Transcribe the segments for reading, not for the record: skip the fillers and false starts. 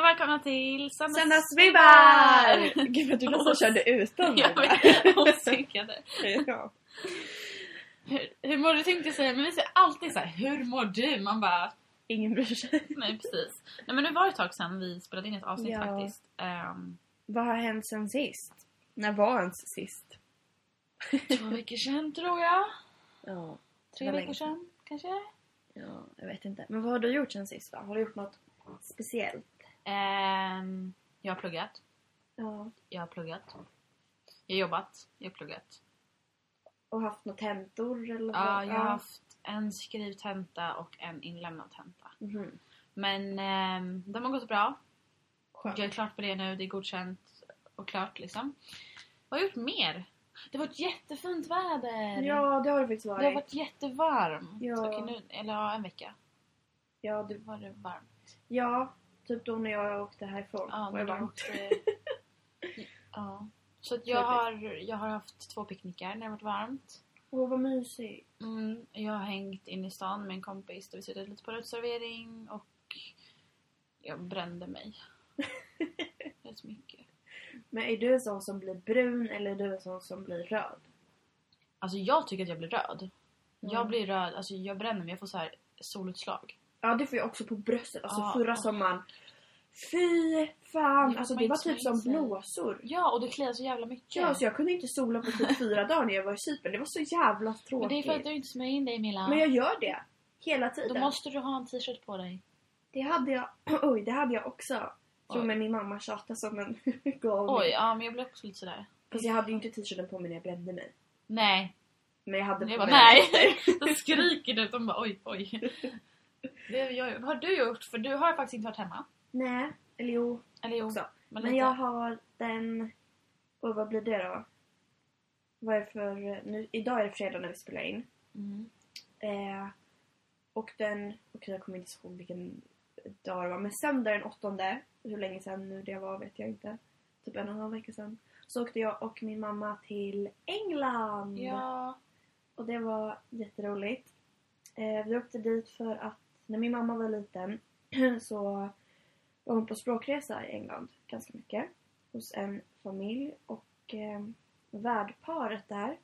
välkomna till Söndagsvibbar! Gud vad du nästan körde utan jag vet, osynkade. Ja. Hur mår du tänkte jag säga, men vi säger alltid så här, hur mår du? Man bara, Ingen bryr sig. nej precis. Nej men det var ett tag sedan vi spelade in ett avsnitt faktiskt. Vad har hänt sen sist? När var ens sist? 2 veckor sedan tror jag. Ja. 3 veckor sedan kanske? Ja, jag vet inte. Men vad har du gjort sen sist då? Har du gjort något speciellt? Jag har pluggat. Ja. Jag har pluggat. Jag har jobbat. Jag har pluggat. Och haft något tentor eller Ja, vad? jag har haft en skrivtenta och en inlämnad tenta. Mhm. Men de har gått bra. Skönt. Jag är klart på det nu. Det är godkänt och klart liksom. Vad har jag gjort mer? Det var ett jättefint väder. Ja, det har det faktiskt varit. Det har varit jättevarmt. Ja. Okej, nu, eller ja, en vecka. Ja, Det var det varmt. ja, typ då när jag åkte härifrån. Ja, var det när du varmt. åkte... ja. Så att jag har haft 2 picknickar när det varit varmt. Åh, vad mysigt. Jag har hängt in i stan med en kompis där vi sitter lite på uteservering och jag brände mig. Rätt mycket. Men är du en sån som blir brun eller är du en sån som blir röd? Alltså jag tycker att jag blir röd. Mm. Jag blir röd, alltså jag bränner mig, jag får så här solutslag. Ja, det får jag också på bröstet. Alltså Ja. förra sommaren. Fy fan. Det Alltså får det man var inte typ smörja som sig. blåsor. Ja, och det kliar så jävla mycket. Ja, så jag kunde inte sola på typ 4 dagar när jag var i Cypern. Det var så jävla tråkigt. Men det är för att du inte smörjer in dig, Milla. Men jag gör det. Hela tiden. Då måste du ha en t-shirt på dig. Det hade jag. Oj, det hade jag också. Tror Oj. med min mamma tjatade som en galning. Oj, ja men jag blir också lite sådär. Fast jag hade ju inte t-shirten på mig när jag brände mig. Nej. Men jag hade på Jag bara, mig. nej. Då skriker du. De bara, oj. Vad har du gjort? För du har faktiskt inte varit hemma. Nej, eller jo. Eller jo. Också. Men lite. jag har den... Och vad blir det då? Vad är det för... Nu, idag är det fredag när vi spelar in. Mm. Och den... Okej, jag kommer inte ihåg vilken dag det var. Men söndag den 8. Hur länge sedan nu det var vet jag inte. Typ 1,5 vecka sedan. Så åkte jag och min mamma till England. Ja. Och det var jätteroligt. Vi åkte dit för att när min mamma var liten så var hon på språkresa i England ganska mycket. Hos en familj och värdparet där.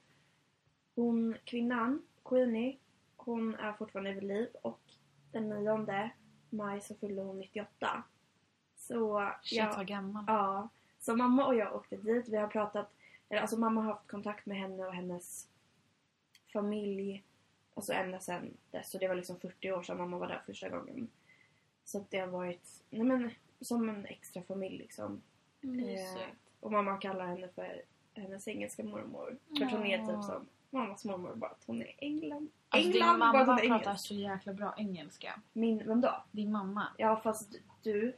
Kvinnan, Queenie, hon är fortfarande vid liv och den 9 maj så fyllde hon 98. Så Shit, vad gammal. ja, så mamma och jag åkte dit. Vi har pratat, alltså mamma har haft kontakt med henne och hennes familj. Alltså ända sedan dess. Så det var liksom 40 år sedan mamma var där första gången. Så att det har varit, nej men, som en extra familj liksom. Mysigt. Och mamma kallar henne för hennes engelska mormor. För att hon är typ som mammas mormor, bara att hon är England. Alltså din England, bara att mamma hon är pratar engelsk. så jäkla bra engelska. Vem då? Din mamma. Ja, fast du.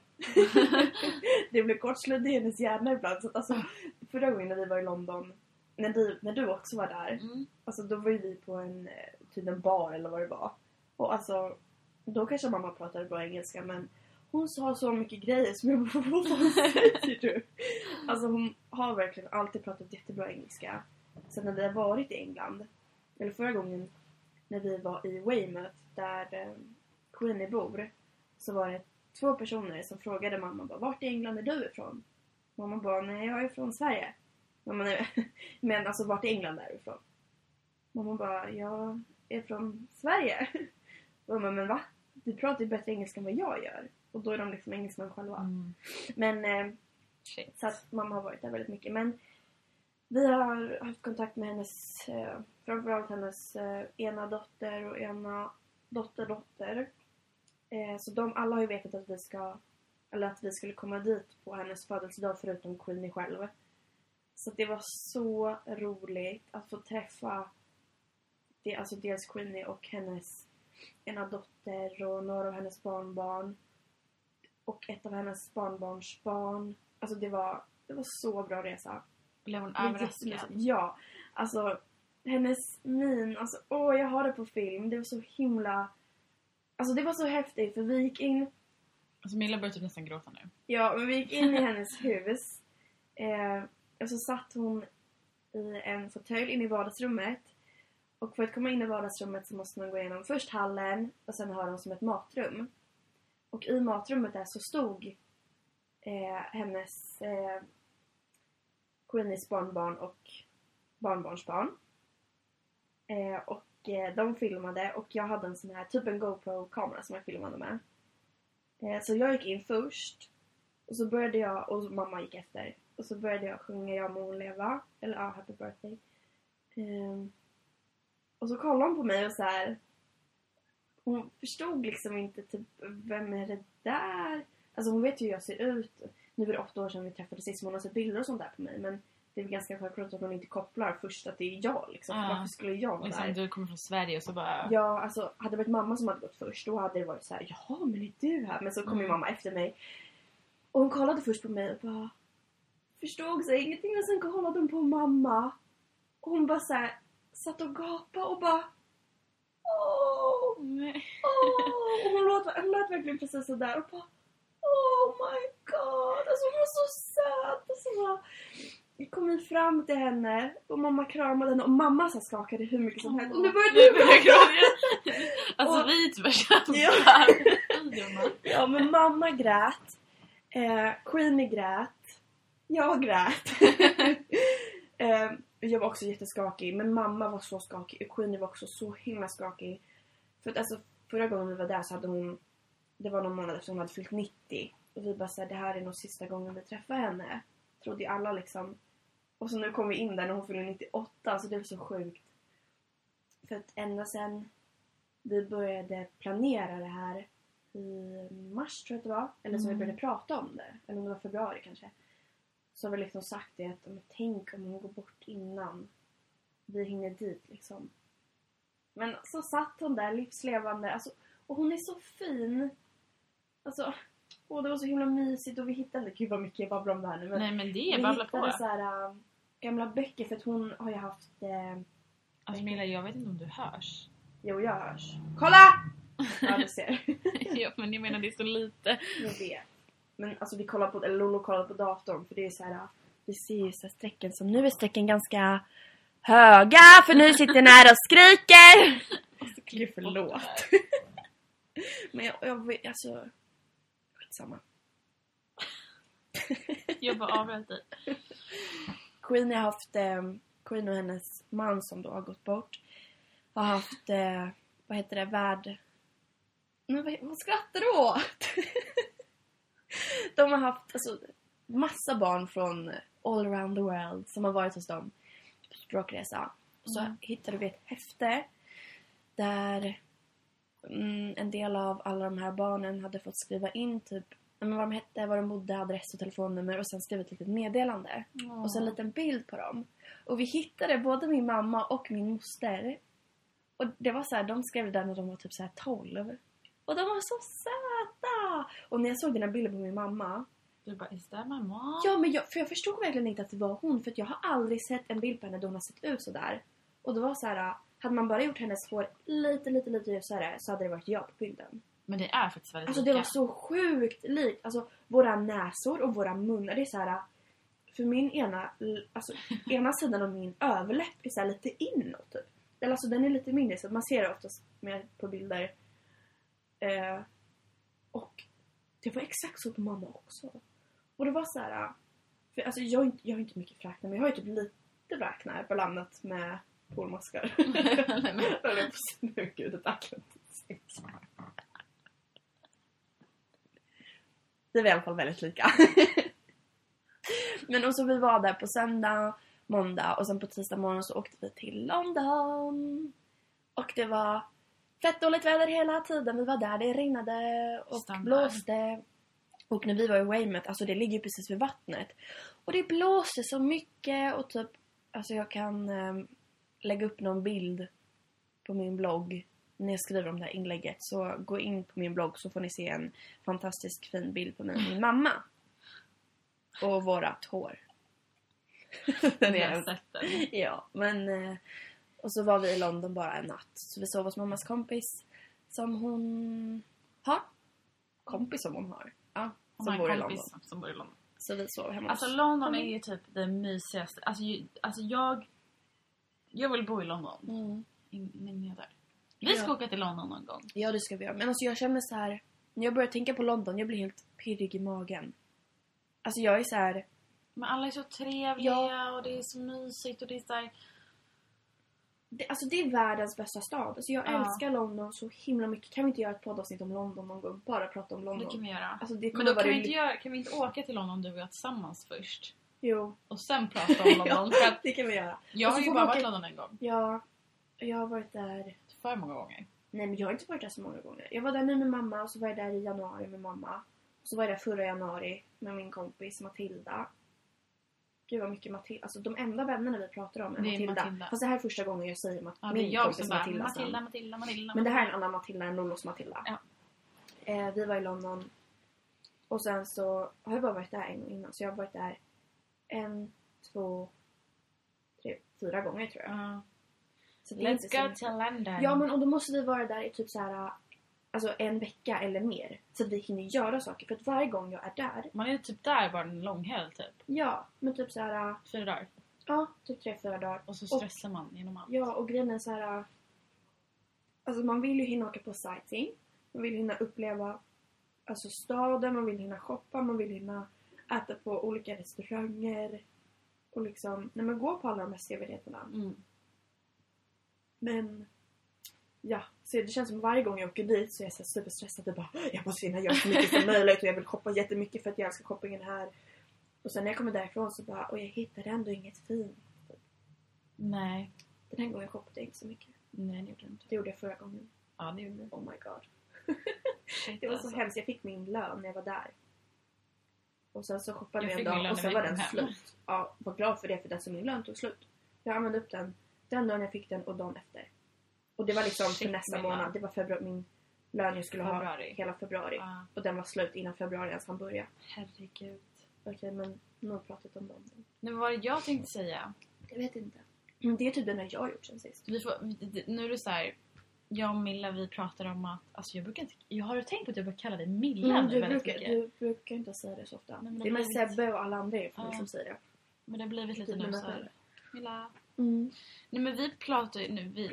Det blev kortsludd i hennes hjärna ibland. Så att, alltså, förra gången när vi var i London, när du också var där. Alltså då var ju vi på typ en bar eller vad det var. Och alltså, då kanske mamma pratade bra engelska, men hon sa så mycket grejer som jag bara, vad säger du? Alltså hon har verkligen alltid pratat jättebra engelska. Sen när vi har varit i England, eller förra gången när vi var i Weymouth där Queenie bor, så var det 2 personer som frågade mamma bara, vart i England är du ifrån? Mamma bara, nej jag är från Sverige. Mamma, nej, men alltså vart i England är du ifrån? Mamma bara, jag är från Sverige. Mamma, men va? Du pratar ju bättre engelska än vad jag gör. Och då är de liksom engelsmän själva. Men så att mamma har varit där väldigt mycket. Men vi har haft kontakt med hennes, framförallt hennes ena dotter och ena dotter. Så alla har ju vetat att vi skulle komma dit på hennes födelsedag förutom Queenie själv. Så det var så roligt att få träffa alltså dels Queenie och hennes ena dotter och några av hennes barnbarn och ett av hennes barnbarns barn. Alltså det var så bra resa. Blev hon överraskad? Ja, alltså hennes min, alltså jag har det på film. Det var så himla, alltså det var så häftigt för vi gick in. Alltså Milla börjar typ nästan gråta nu. Ja, men vi gick in i hennes hus. Och så satt hon i en fåtölj in i vardagsrummet. Och för att komma in i vardagsrummet så måste man gå igenom först hallen och sen har de som ett matrum. Och i matrummet där så stod hennes Queenies barnbarn och barnbarnsbarn. Och de filmade och jag hade en sån här typ en GoPro-kamera som jag filmade med. Så jag gick in först och så började jag, och mamma gick efter. Och så började jag sjunga Jag må hon leva. Eller Happy birthday. Och så kollade hon på mig och så här. Hon förstod liksom inte typ, vem är det där? Alltså hon vet ju hur jag ser ut. Nu är det 8 år sedan vi träffades sist. Hon har sett bilder och sånt där på mig. Men det är ganska självklart att hon inte kopplar först att det är jag liksom. För varför skulle jag vara liksom, där? du kommer från Sverige och så bara... Ja, alltså hade det varit mamma som hade gått först, då hade det varit så här: jaha, men är du här? Men så kom ju mamma efter mig. Och hon kollade först på mig och bara förstod sig ingenting. Och sen kollade hon på mamma. Och hon bara så här satt och gapade och bara åh, Nej. åh. Och hon lät verkligen precis så där och bara oh my god. Alltså hon var så söt. Och så bara, jag kom in fram till henne och mamma kramade henne och mamma så skakade hur mycket som helst. Och nu började du gråta. Alltså och, vi typ kämpar. Ja. Ja, men mamma grät. Queenie grät. Jag grät. Jag var också jätteskakig. Men mamma var så skakig. Och Queenie var också så himla skakig. För att alltså, förra gången vi var där så hade hon... Det var någon månad efter hon hade fyllt 90. Och vi bara såhär, det här är nog sista gången vi träffar henne. Trodde ju alla liksom. Och så nu kom vi in där när hon fyllde 98. Så det var så sjukt. För att ända sen vi började planera det här i mars tror jag att det var. Eller så vi började prata om det. Eller om det var februari kanske. Så har vi liksom sagt det att tänk om hon går bort innan vi hinner dit liksom. Men så satt hon där livslevande. Alltså, och hon är så fin. Alltså, det var så himla mysigt. Och vi hittade, gud vad mycket jag babblar om det här nu. Men nej men det är babbla på. Vi hittade så här, gamla böcker. För att hon har ju haft... alltså Milla, jag vet inte om du hörs. Jo, jag hörs. Kolla! Ja, du ser. Ja, men jag menar det är så lite. Jag vet. Men alltså vi kollar på, eller Lolo kollar på datorn. För det är så här, vi ser ju så här strecken som nu är strecken ganska höga. För nu sitter den här och skriker. Gud, förlåt. Men jag vet, alltså... Skitsamma. Jag bara avbröt dig. Queenie har haft... Queen och hennes man som då har gått bort. Har haft... vad heter det? Men vad skrattar du åt? De har haft alltså, massa barn från all around the world som har varit hos dem på språkresa. Så hittade vi ett häfte där en del av alla de här barnen hade fått skriva in typ vad de hette, vad de bodde, adress och telefonnummer och sen skrev ett litet meddelande. Och sen en liten bild på dem. Och vi hittade både min mamma och min moster. Och det var så här, de skrev där när de var typ så här 12. Och de var så söta! Och när jag såg den här bilden på min mamma... Du bara, is that my mom? Ja, men jag förstod verkligen inte att det var hon. För att jag har aldrig sett en bild på henne då hon har sett ut så där. Och det var så här, hade man bara gjort hennes hår lite ljusare så hade det varit jag på bilden. Men det är faktiskt väldigt alltså det var så sjukt likt. Alltså våra näsor och våra munnar, det är så här... För min ena sidan av min överläpp är så här lite inåt typ. Eller alltså den är lite mindre så man ser det oftast mer på bilder. Och det var exakt så på mamma också. Och det var så här... För alltså jag har inte mycket fräknar, men jag har ju typ lite fräknar blandat med pormaskar. Eller på snugg det där kan inte se. Det var i alla fall väldigt lika. Men och så vi var där på söndag, måndag och sen på tisdag morgon så åkte vi till London. Och det var fett dåligt väder hela tiden. Vi var där, det regnade och blåste. Och när vi var i Weymouth, alltså det ligger ju precis vid vattnet. Och det blåste så mycket och typ, alltså jag kan lägga upp någon bild på min blogg när jag skriver om det här inlägget. Så gå in på min blogg så får ni se en fantastisk fin bild på mig och min mamma. Och vårat hår. Ja, men... Och så var vi i London bara en natt. Så vi sov hos mammas kompis. Som hon har. Kompis som hon har. Ja, som bor i London. Som bor i London. Så vi sov hemma. Alltså London är ju typ det mysigaste. Alltså jag vill bo i London. Där. Vi ska åka till London någon gång. Ja, det ska vi göra. Men alltså jag känner så här... När jag börjar tänka på London, jag blir helt pirrig i magen. Alltså jag är så här. Men alla är så trevliga och det är så mysigt och det är så här... Alltså det är världens bästa stad. Alltså jag älskar London så himla mycket. Kan vi inte göra ett poddavsnitt om London någon gång? Bara prata om London. Det kan vi göra. Alltså det men då kan vi inte åka till London du och jag tillsammans först? Jo. Och sen prata om London. Ja, för att det kan vi göra. Jag har ju bara varit i London en gång. Ja, jag har varit där. För många gånger. Nej, men jag har inte varit där så många gånger. Jag var där nu med mamma och så var jag där i januari med mamma. Och så var jag där förra januari med min kompis Matilda. Gud vad mycket Matilda. Alltså de enda vännerna vi pratar om är Matilda. Fast det här är första gången jag säger min kompis Matilda. Men det här är en annan Matilda än Lollos Matilda. Ja. Vi var i London. Och sen så har jag bara varit där en gång innan. Så jag har varit där 1, 2, 3, 4 gånger tror jag. Så Let's go to London. Ja, men och då måste vi vara där i typ så här, alltså en vecka eller mer. Så att vi hinner göra saker. För att varje gång jag är där... Man är typ där bara en lång helg typ. Ja, men typ så här... 4 dagar. Ja, typ 3-4 dagar. Och så stressar man genom allt. Ja, och grejen är så här... Alltså man vill ju hinna åka på sightseeing. Man vill hinna uppleva alltså staden. Man vill hinna shoppa. Man vill hinna äta på olika restauranger. Och liksom... När man går på alla de här sevärdheterna. Men... Ja, så det känns som varje gång jag åker dit så är jag så superstressad och bara jag måste hinna göra så mycket som möjligt och jag vill shoppa jättemycket för att jag älskar shoppingen här. Och sen när jag kommer därifrån så bara och jag hittade ändå inget fint. Nej. Den här gången shoppade jag inte så mycket. Nej, det gjorde du inte. Det gjorde jag förra gången. Ja, det gjorde du. Oh my god. Det var så hemskt. Jag fick min lön när jag var där. Och sen så shoppade jag en dag och sen var den slut. Ja, var glad för det för det som min lön tog slut. Jag använde upp den dagen jag fick den och dagen efter. Och det var liksom för nästa månad. Det var februari, min lön jag skulle ha hela februari. Och den var slut innan februari ens han började. Herregud. Okej, men nu har pratat om dem. Nu var det jag tänkte säga. Jag vet inte. Men det är typ den här jag har gjort sen sist. Nu är det så här. Jag och Milla vi pratar om att alltså jag har tänkt på att jag brukar kalla dig Milla nu väldigt mycket. Du brukar inte säga det så ofta. Nej, det är med Sebbe och alla andra som säger det. Men det har blivit lite nu så här. Milla. Nej men vi pratar ju nu. Vi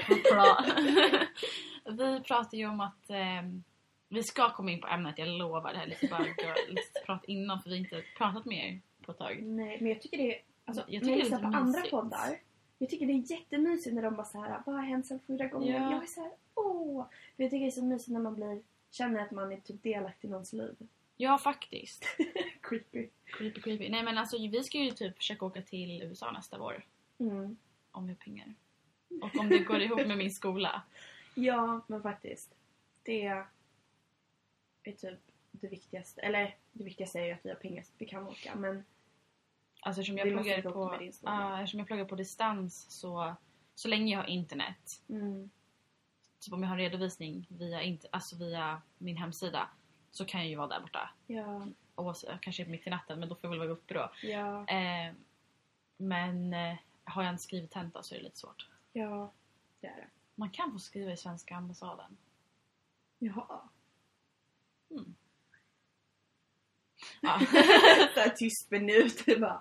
pratar ju om att vi ska komma in på ämnet. Jag lovar det här lite bara lite prat innan för vi inte pratat mer på ett tag. Nej men jag tycker det är alltså, jag tycker det är på andra poddar. Jag tycker det är jättemysigt när de bara så här vad har hänt sen 4 gånger. Jag är så här för jag tycker det är så mysigt när man känner att man är typ delaktig i någons liv. Ja faktiskt. Creepy. Nej men alltså vi ska ju typ försöka åka till USA nästa vår. Om vi har pengar. Och om det går ihop med min skola. Ja, men faktiskt. Det är typ det viktigaste. Eller det viktigaste är ju att vi har pengar så att vi kan åka. Men alltså eftersom jag pluggar på distans så länge jag har internet. Typ om jag har redovisning via min hemsida så kan jag ju vara där borta. Ja. Och kanske mitt i natten men då får jag väl vara uppe då. Ja. Men har jag inte skrivit tenta så är det lite svårt. Ja, det är det. Man kan få skriva i svenska ambassaden. Jaha. Ja. Så här tyst minut. Bara.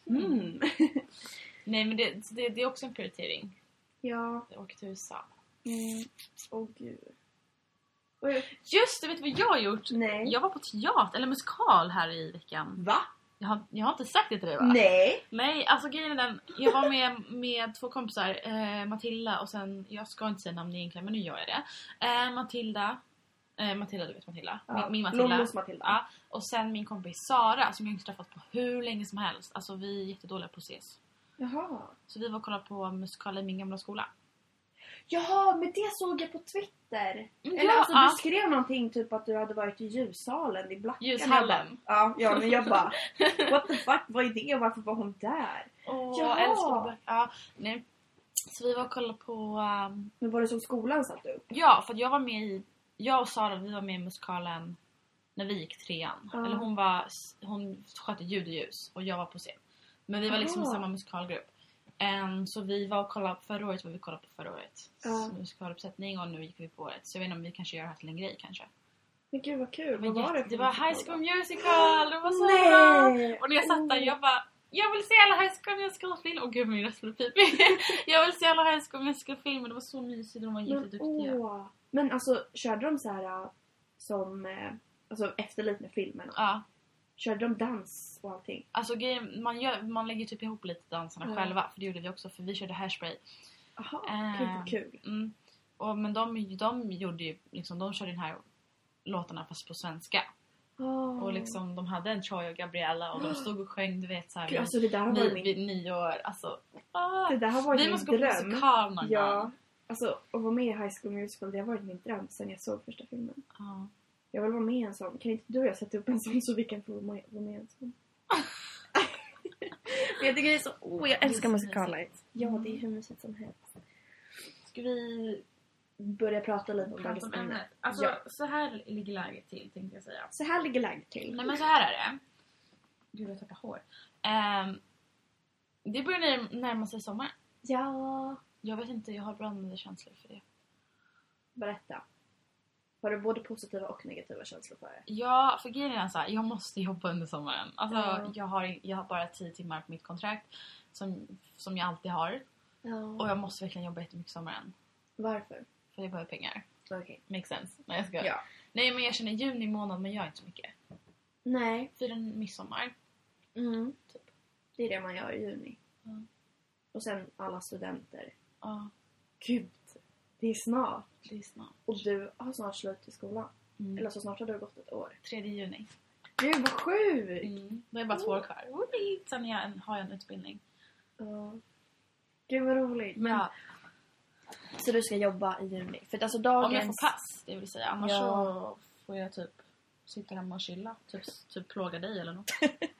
Nej men det är också en prioritering. Ja. Jag åker till USA. Gud. Just det, vet du vad jag har gjort? Nej. Jag var på teater, eller musikal här i veckan. Va? Jag har inte sagt det till dig va? Nej, alltså grejen är den. Jag var med 2 kompisar, Matilda och sen, jag ska inte säga namn egentligen men nu gör jag det. Matilda, du vet Matilda. Ja, min Matilda. Lollos Matilda. Ja, och sen min kompis Sara som jag inte träffat på hur länge som helst. Alltså vi är jättedåliga på att ses. Jaha. Så vi var och kollade på musikal i min gamla skola. Jaha, men det såg jag på Twitter. Eller alltså du skrev någonting typ att du hade varit i ljussalen i Blackan. Ljushallen. Ja, men jag bara what the fuck, vad är det och varför var hon där? Jag älskar Black. Ja, nej. Så vi var och kollade på Men var det som skolan satt upp? Ja, för jag och Sara vi var med i musikalen när vi gick 3:an. Eller hon skötte ljud och ljus och jag var på scen. Men vi var liksom i samma musikalgrupp. Så vi var och kollade på förra året. Musikaluppsättning och nu gick vi på året. Så jag vet inte om vi kanske gör det här till en grej kanske. Men gud vad kul. Vad var det? Det var High School Musical. Det var så bra. Och när jag satt där jag bara jag vill se alla High School Musical-film. Åh gud min röst blev pipig. Jag vill se alla High School Musical-filmer. Det var så mysigt och de var jätteduktiga. Men alltså körde de så här som alltså efterlikna filmerna? Ja. Körde de dans och allting? Alltså man lägger typ ihop lite dansarna själva. För det gjorde vi också, för vi körde Hairspray. Jaha, kul. Men de gjorde ju liksom, de körde den här låtarna fast på svenska. Och liksom de hade en Troy och Gabriella och de stod och sjöng, du vet såhär alltså, det där var vid 9 år. Alltså, det där har varit vi min måste gå på dröm. musikal någon gång. Alltså att vara med i High School Musical, det har varit min dröm sen jag såg första filmen. Jag vill vara med i en sån. Kan inte du och jag sätta upp en sån så vi kan få vara med i en sån? Jag tycker det är så... jag älskar musikaler. Ja, det är hur mysigt som helst. Ska vi börja prata lite om dagens ämne? Alltså, så här ligger läget till, tänkte jag säga. Så här ligger läget till. Nej, men så här är det. Gud, jag tappar hår. Det börjar närma sig sommar. Ja. Jag vet inte, jag har blandade känslor för det. Berätta. Har du både positiva och negativa känslor för det? Ja, för grejen är så här, jag måste jobba under sommaren. Alltså, jag har bara 10 timmar på mitt kontrakt som jag alltid har. Och jag måste verkligen jobba jättemycket sommaren. Varför? För jag behöver pengar. Okej. Makes sense. Nej, jag ska. Nej, men jag känner juni månad, men jag gör inte så mycket. Nej. Fira en midsommar. Typ. Det är det man gör i juni. Och sen alla studenter. Gud, det är snart. Och du har snart slut i skolan. Eller så snart har du gått ett år. 3 juni. Gud, vad sjukt! Det är bara 2 år kvar. Sen har jag en utbildning. Gud, vad roligt. Men... Så du ska jobba i juni? För att alltså dagens... Om jag får pass, det vill säga. Annars så får jag typ sitta hemma och chilla. Typ plåga dig eller något.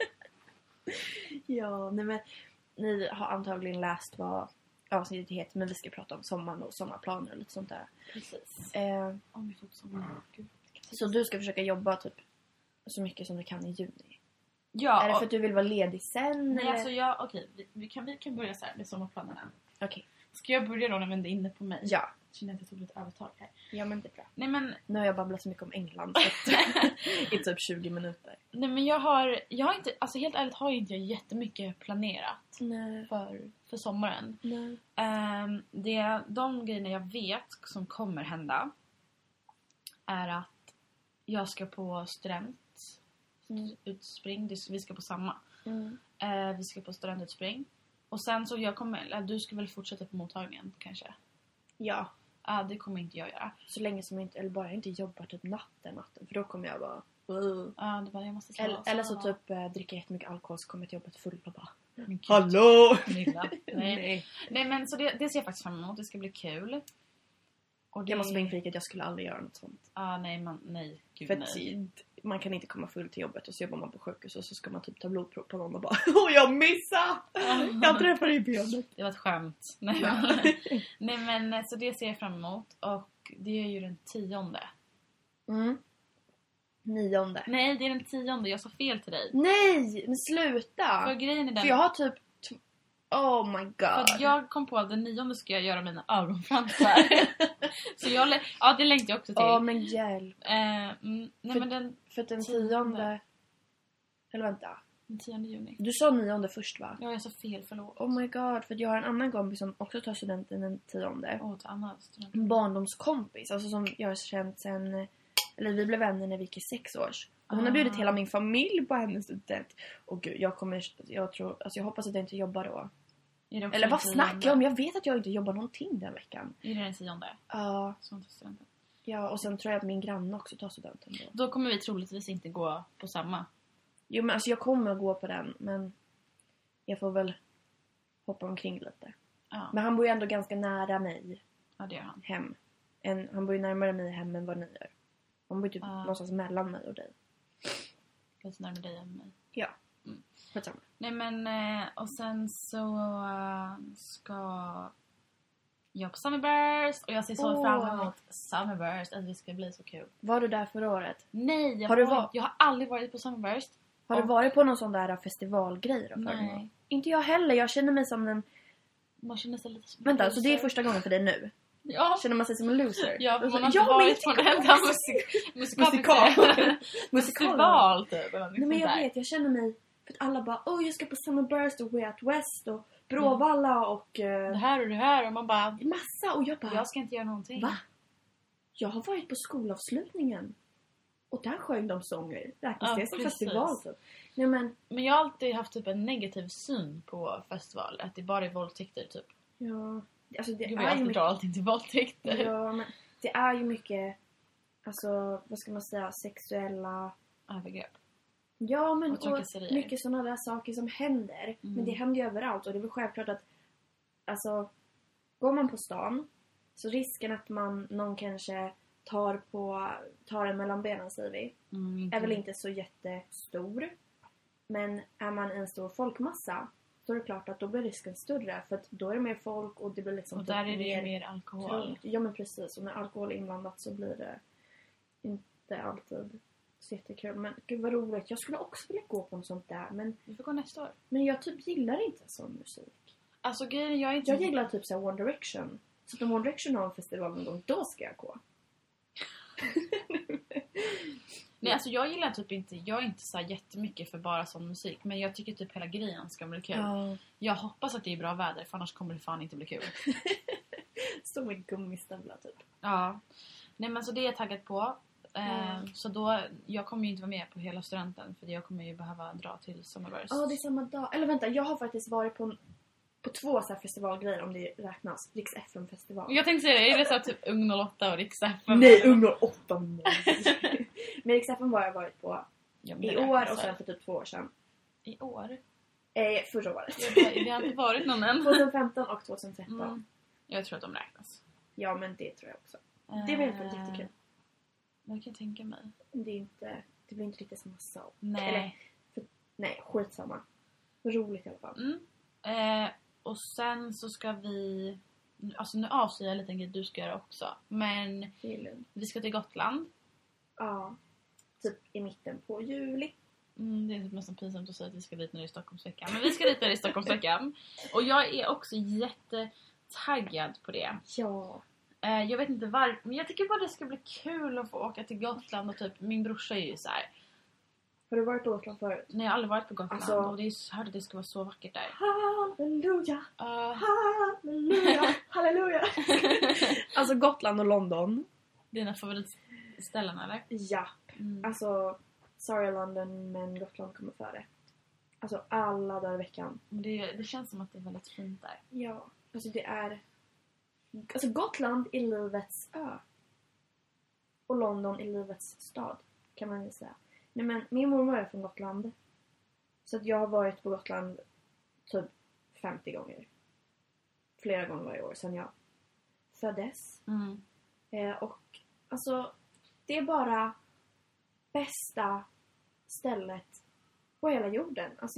Nej men... Ni har antagligen läst vad avsnittet heter, men vi ska prata om sommaren och sommarplaner och lite sånt där. Precis. Om vi får sommar. Så du ska försöka jobba typ så mycket som du kan i juni? Ja. Är det för att du vill vara ledig sen? Nej, eller? alltså vi kan börja så här med sommarplanerna. Okej. Ska jag börja då när vi är inne på mig? Ja. Jag känner att jag tog lite övertag här. Ja, men det är bra. Nej, men... Nu har jag babblat så mycket om England i typ 20 minuter. Nej, men jag har inte... Alltså helt ärligt har inte jag jättemycket planerat. Nej. För sommaren. Nej. De grejerna jag vet som kommer hända är att jag ska på studentutspring. Vi ska på samma. Vi ska på studentutspring. Och sen så du ska väl fortsätta på mottagningen kanske? Ja. Det kommer inte jag göra. Så länge som jag inte, eller bara jag inte jobbar typ natten. För då kommer jag bara... det bara, jag måste slå. Eller så typ dricka jättemycket alkohol så kommer jag till jobbet full och bara... Hallå! Nej, men så det ser jag faktiskt fram emot. Det ska bli kul. Och jag måste bara inflika att jag skulle aldrig göra något sånt. Nej. Gud, för nej. Man kan inte komma full till jobbet och så jobbar man på sjukhus och så ska man typ ta blodprov på någon och bara jag missade! Jag träffar dig på jobbet. Det var ett skämt. Nej, men så det ser jag fram emot. Och det är ju den 10:e. 9:e. Nej, det är den 10:e. Jag sa fel till dig. Nej, men sluta! För grejen är den... För jag har typ... Oh my god. För att jag kom på att den 9:e ska jag göra mina öronfransar. Så det längtar jag också till. Men hjälp. För den 10:e... Eller vänta. Den 10 juni. Du sa 9:e först, va? Ja, jag sa fel, förlåt. Oh my god, för jag har en annan kompis som också tar studenten den 10:e. Till Anna student. En barndomskompis, alltså som jag har känt sen... Eller vi blev vänner när vi gick i 6 års. Och hon har bjudit hela min familj på hennes student. Och gud, jag hoppas att jag inte jobbar då. Eller vad snackar jag om? Jag vet att jag inte jobbar någonting den veckan. Är det den 10:e? Ja. Ja, och sen tror jag att min granne också tar studenten då. Då kommer vi troligtvis inte gå på samma. Jo, men alltså jag kommer att gå på den. Men jag får väl hoppa omkring lite. Ja. Men han bor ju ändå ganska nära mig. Ja, det gör han. Hem. Han bor ju närmare mig hem än vad ni gör. Han bor ju typ någonstans mellan mig och dig. Lite närmare dig än mig. Ja. Nej, men och sen så ska jag på Summerburst. Och jag ser så fram emot Summerburst. Att det ska bli så kul. Var du där förra året? Nej, jag har aldrig varit på Summerburst. Har du varit på någon sån där festivalgrej då? Nej. Inte jag heller. Jag känner mig som en... Man känner sig lite som Vänta, så det är första gången för dig nu? Ja. Känner man sig som en loser? Ja, för man har inte varit på en enda musikal typ. Nej, men jag vet, jag känner mig... För att alla bara, jag ska på Summerburst och Way Out West och Bråvalla och... Det här och det här och man bara... Massa, och jag bara... Jag ska inte göra någonting. Va? Jag har varit på skolavslutningen. Och där sjöng de sånger. Räknas det som precis. festival typ. Nej, men jag har alltid haft typ en negativ syn på festival. Att det bara är våldtäkter typ. Ja. Alltså det Jag är vill alltid ju mycket... dra allting till våldtäkter. Ja, men det är ju mycket... Alltså, vad ska man säga? Sexuella... övergrepp. Ja, men och mycket sådana där saker som händer. Men det händer ju överallt. Och det är väl självklart att... Alltså, går man på stan... Så risken att någon kanske tar en mellan benen, säger vi. Är väl inte så jättestor. Men är man en stor folkmassa... Så är det klart att då blir risken större. För att då är det mer folk och det blir liksom... Och där är det ju mer alkohol. Ja, men precis. Och när alkohol är inblandat så blir det inte alltid så jättekul. Men gud vad roligt. Jag skulle också vilja gå på något sånt där. Men Vi får gå nästa år. Men jag typ gillar inte sån musik. Alltså grejen, jag gillar typ såhär One Direction. Så om One Direction har en festival någon gång, då ska jag gå. Nej, alltså jag gillar typ inte... Jag är inte så här jättemycket för bara sån musik. Men jag tycker typ hela grejen ska bli kul. Ja. Jag hoppas att det är bra väder, för annars kommer det fan inte bli kul. Som en gummistövlar typ. Ja. Nej, men så det är jag taggad på. Så då... Jag kommer ju inte vara med på hela studenten. För jag kommer ju behöva dra till Summerburst. Ja, det är samma dag. Eller vänta, jag har faktiskt varit på 2 så här festivalgrejer, om det räknas. Riks FM-festival. Jag tänkte säga det. Är det så här typ Ung 08 och Riks FM? Nej, Ung 08. Men Riks FM har jag varit på i år och sen för typ 2 år sedan. I år? Förra året. Vi har inte varit någon än. 2015 och 2013. Jag tror att de räknas. Ja, men det tror jag också. Det blir inte jättekul. Jag kan tänka mig. Det blir inte riktigt samma sak. Nej. Nej, skitsamma. Roligt i alla fall. Och sen så ska vi... Alltså nu avslöjar jag lite en grej du ska göra också. Men vi ska till Gotland. Ja. Typ i mitten på juli. Det är typ nästan pinsamt att säga att vi ska dit när det är Stockholmsveckan. Men vi ska dit när det är Stockholmsveckan. Och jag är också jättetaggad på det. Ja. Jag vet inte varför, men jag tycker bara det ska bli kul att få åka till Gotland. Och typ, min brorsa är ju så här. Har du varit på Gotland förut? Nej, jag har aldrig varit på Gotland. Alltså, och det är hört att det ska vara så vackert där. Halleluja! Halleluja! Halleluja! Alltså Gotland och London. Dina favoritställen, eller? Ja. Alltså, sorry London, men Gotland kommer före. Alltså alla dagar i veckan. Det känns som att det är väldigt fint där. Ja, alltså det är... Alltså Gotland är livets ö. Och London är livets stad, kan man ju säga. Nej, men min mormor är från Gotland. Så att jag har varit på Gotland typ 50 gånger. Flera gånger varje år sedan jag föddes. Och alltså, det är bara bästa stället på hela jorden. Alltså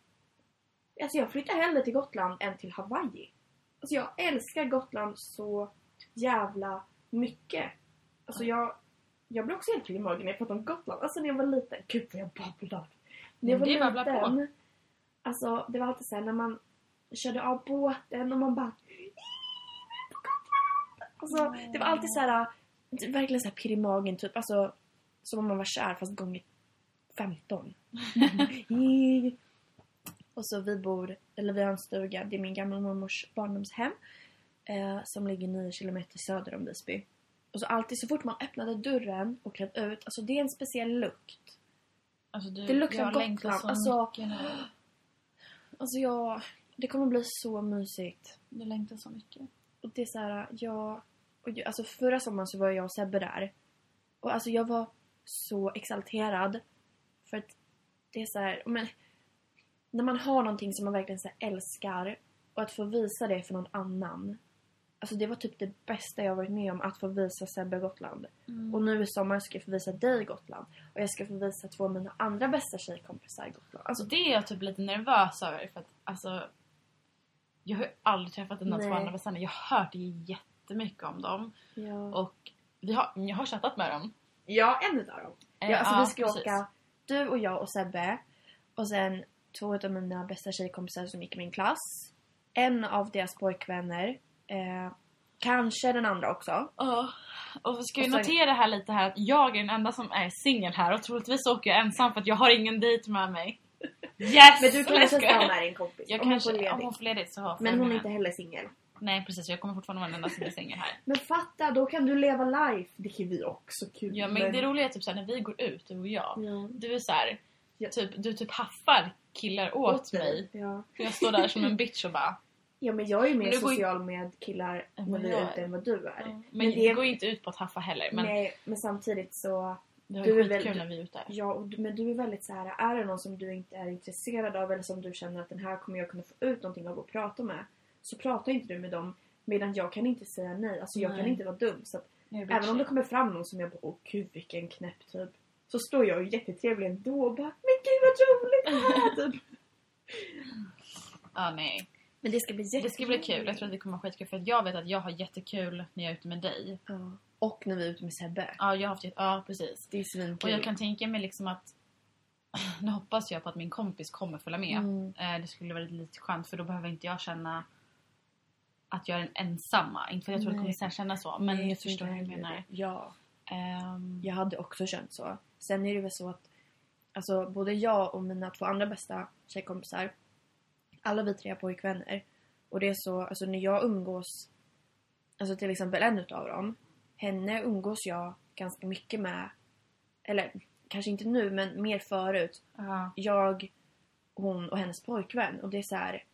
jag flyttar hellre till Gotland än till Hawaii. Alltså jag älskar Gotland så jävla mycket. Alltså jag blir också helt trygg i magen när jag pratar om Gotland. Alltså när jag var liten. Gud vad jag babblar. När jag var liten. Alltså det var alltid så här när man körde av båten och man bara... på Gotland! Alltså det var alltid så här... Verkligen så här pirr i magen typ. Alltså som om man var kär fast gånger 15. Och så vi har en stuga. Det är min gamla mormors barndomshem. Som ligger 9 kilometer söder om Visby. Och så alltid så fort man öppnade dörren och klev ut. Alltså det är en speciell lukt. Alltså det luktar Gotland. Alltså det kommer bli så mysigt. Du längtar så mycket. Och det är så här, alltså förra sommaren så var jag och Sebbe där. Och alltså jag var så exalterad. För att det är så här, men när man har någonting som man verkligen så här älskar och att få visa det för någon annan. Alltså det var typ det bästa jag varit med om, att få visa Sebbe Gotland. Och nu i sommar ska jag få visa dig Gotland. Och jag ska få visa 2 av mina andra bästa tjejkompisar i Gotland. Alltså det är jag typ lite nervös över. För att alltså, jag har ju aldrig träffat den här 2 andra bästa. Jag har hört jättemycket om dem. Ja. Och jag har chattat med dem. Ja, en utav dem. Alltså vi ska precis. åka, du och jag och Sebbe. Och sen 2 av mina bästa tjejkompisar som gick i min klass. En av deras pojkvänner. Kanske den andra också. Och vi ska ju notera här lite här att jag är den enda som är singel här. Och troligtvis åker jag ensam för att jag har ingen dejt med mig. Yes! Men du kanske ska med din kompis. Om hon får ledigt så har men hon är inte heller singel. Nej, precis. Jag kommer fortfarande vara den enda som stänger här. Men fatta, då kan du leva life. Det kan vi också kul. Ja, men det roliga är typ såhär, när vi går ut, du och jag. Ja. Du är såhär, du typ haffar killar åt mig. Ja. Jag står där som en bitch och bara... Ja, men jag är mer social med killar när vi är ute än vad du är. Ja. Men det går inte ut på att haffa heller. Men... Nej, men samtidigt så... Det är skitkul när vi är ute. Ja, men du är väldigt så här. Är det någon som du inte är intresserad av eller som du känner att den här kommer jag kunna få ut någonting av att prata med, så pratar inte du med dem. Medan jag kan inte säga nej. Alltså jag kan inte vara dum. Så att även om det kommer fram någon som jag bara, åh gud vilken knäpp typ, så står jag ju jättetrevlig ändå och bara, men gud vad roligt typ. Ja, nej. Men det ska bli jättekul. Det ska bli kul. Jag tror att det kommer vara skitkul. För att jag vet att jag har jättekul när jag är ute med dig. Ja. Och när vi är ute med Sebbe. Ja, jag har haft ja, precis. Det är svinkul. Och jag kan tänka mig liksom att nu hoppas jag på att min kompis kommer följa med. Det skulle vara lite skönt, för då behöver inte jag känna att jag är den ensamma. Inte för att jag tror att jag kommer känna så. Men nej, jag förstår hur jag menar. Ja. Jag hade också känt så. Sen är det väl så att alltså, både jag och mina 2 andra bästa tjejkompisar, alla vi 3 är pojkvänner. Och det är så, alltså när jag umgås, alltså till exempel en utav dem, henne umgås jag ganska mycket med, eller kanske inte nu men mer förut. Jag, hon och hennes pojkvän. Och det är så här,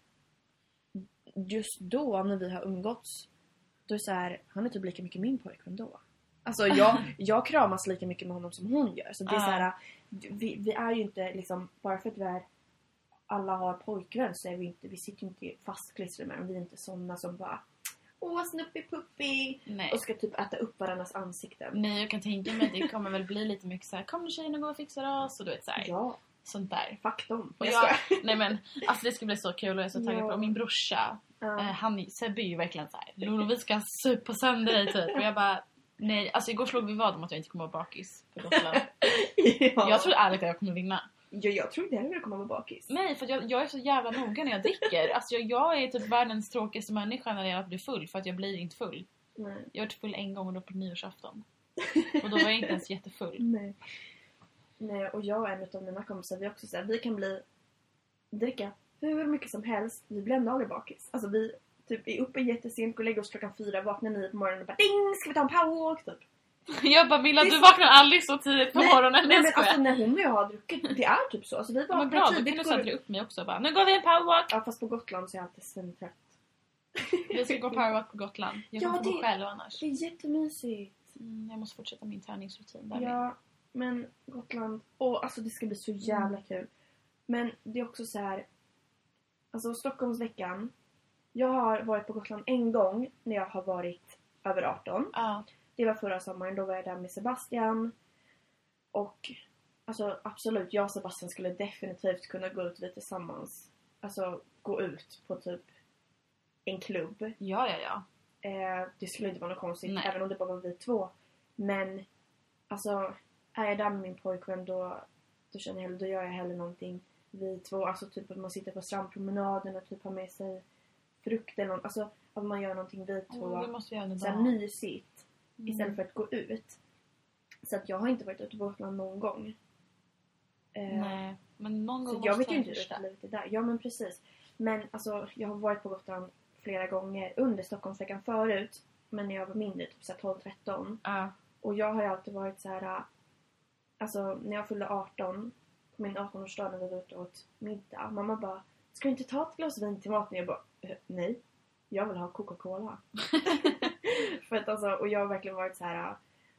just då när vi har umgåtts, då är så här, han är typ lika mycket min pojkvän då. Alltså jag kramas lika mycket med honom som hon gör. Så det är så här, vi är ju inte liksom, bara för att alla har pojkvän så är vi sitter ju inte fastklistrade med dem. Vi är inte sådana som bara, åh snuppi puppi. Nej. Och ska typ äta upp varandras ansikten. Nej, jag kan tänka mig att det kommer väl bli lite mycket så här, kom nu tjejerna, gå och fixar oss. Och du vet så här, ja. Sånt där. Fuck dem. Och nej men, alltså det ska bli så kul och jag är så taggad på. Och min brorsa, Sebbe är ju verkligen så här, Lolo, vi ska supa sönder dig typ. Och jag bara, nej, alltså igår slog vi vad om att jag inte kommer vara bakis på Gotland. Ja. Jag tror ärligt att jag kommer vinna. Ja, jag tror inte heller att jag kommer vara bakis. Nej, för att jag är så jävla noga när jag dricker. Alltså jag är typ världens tråkigaste människa när jag blir full. För att jag blir inte full. Nej. Jag har varit full en gång och då på nyårsafton. Och då var jag inte ens jättefull. Nej, och jag och en av mina kompisar, vi också säger, vi kan dricka hur mycket som helst. Vi blir ändå aldrig bakis. Alltså vi typ är uppe jättesent, går och lägger oss 4:00, vaknar 9 på morgonen och bara ding, ska vi ta en powerwalk typ. Jag bara, Milla, du vaknar aldrig så tidigt på morgonen. Nej, men alltså när hon och jag har druckit, det är typ så. Alltså vi vaknar bra, tidigt. Då kan du upp mig också bara, nu går vi en powerwalk. Ja, fast på Gotland så är jag alltid svintrött. Vi ska gå powerwalk på Gotland. Jag kommer få gå själv annars. Det är jättemysigt. Jag måste fortsätta min träningsrutin där. Ja, men Gotland, alltså det ska bli så jävla kul. Men det är också så här, alltså Stockholmsveckan. Jag har varit på Gotland en gång när jag har varit över 18. Det var förra sommaren, då var jag där med Sebastian. Och alltså absolut, jag och Sebastian skulle definitivt kunna gå ut lite tillsammans. Alltså gå ut på typ en klubb. Ja. Det skulle inte vara något konstigt, även om det bara var vi 2. Men alltså, är jag där med min pojkvän då känner jag, då gör jag hellre någonting vi 2. Alltså typ att man sitter på strandpromenaden och typ har med sig frukt eller något. Alltså att man gör någonting vi 2. Det måste jag så här mysigt. Istället för att gå ut. Så att jag har inte varit ute på Gotland någon gång. Nej, men någon gång så jag vet ju inte hur livet är där. Ja, men precis. Men alltså, jag har varit på Gotland flera gånger under Stockholmsveckan förut. Men när jag var mindre, typ så 12-13. Och jag har ju alltid varit så här. Alltså, när jag fyllde 18, på min 18-årsdag när vi var ute och åt middag. Mamma bara, ska vi inte ta ett glas vin till maten? Jag bara, nej. Jag vill ha Coca-Cola. För att alltså, och jag har verkligen varit så här.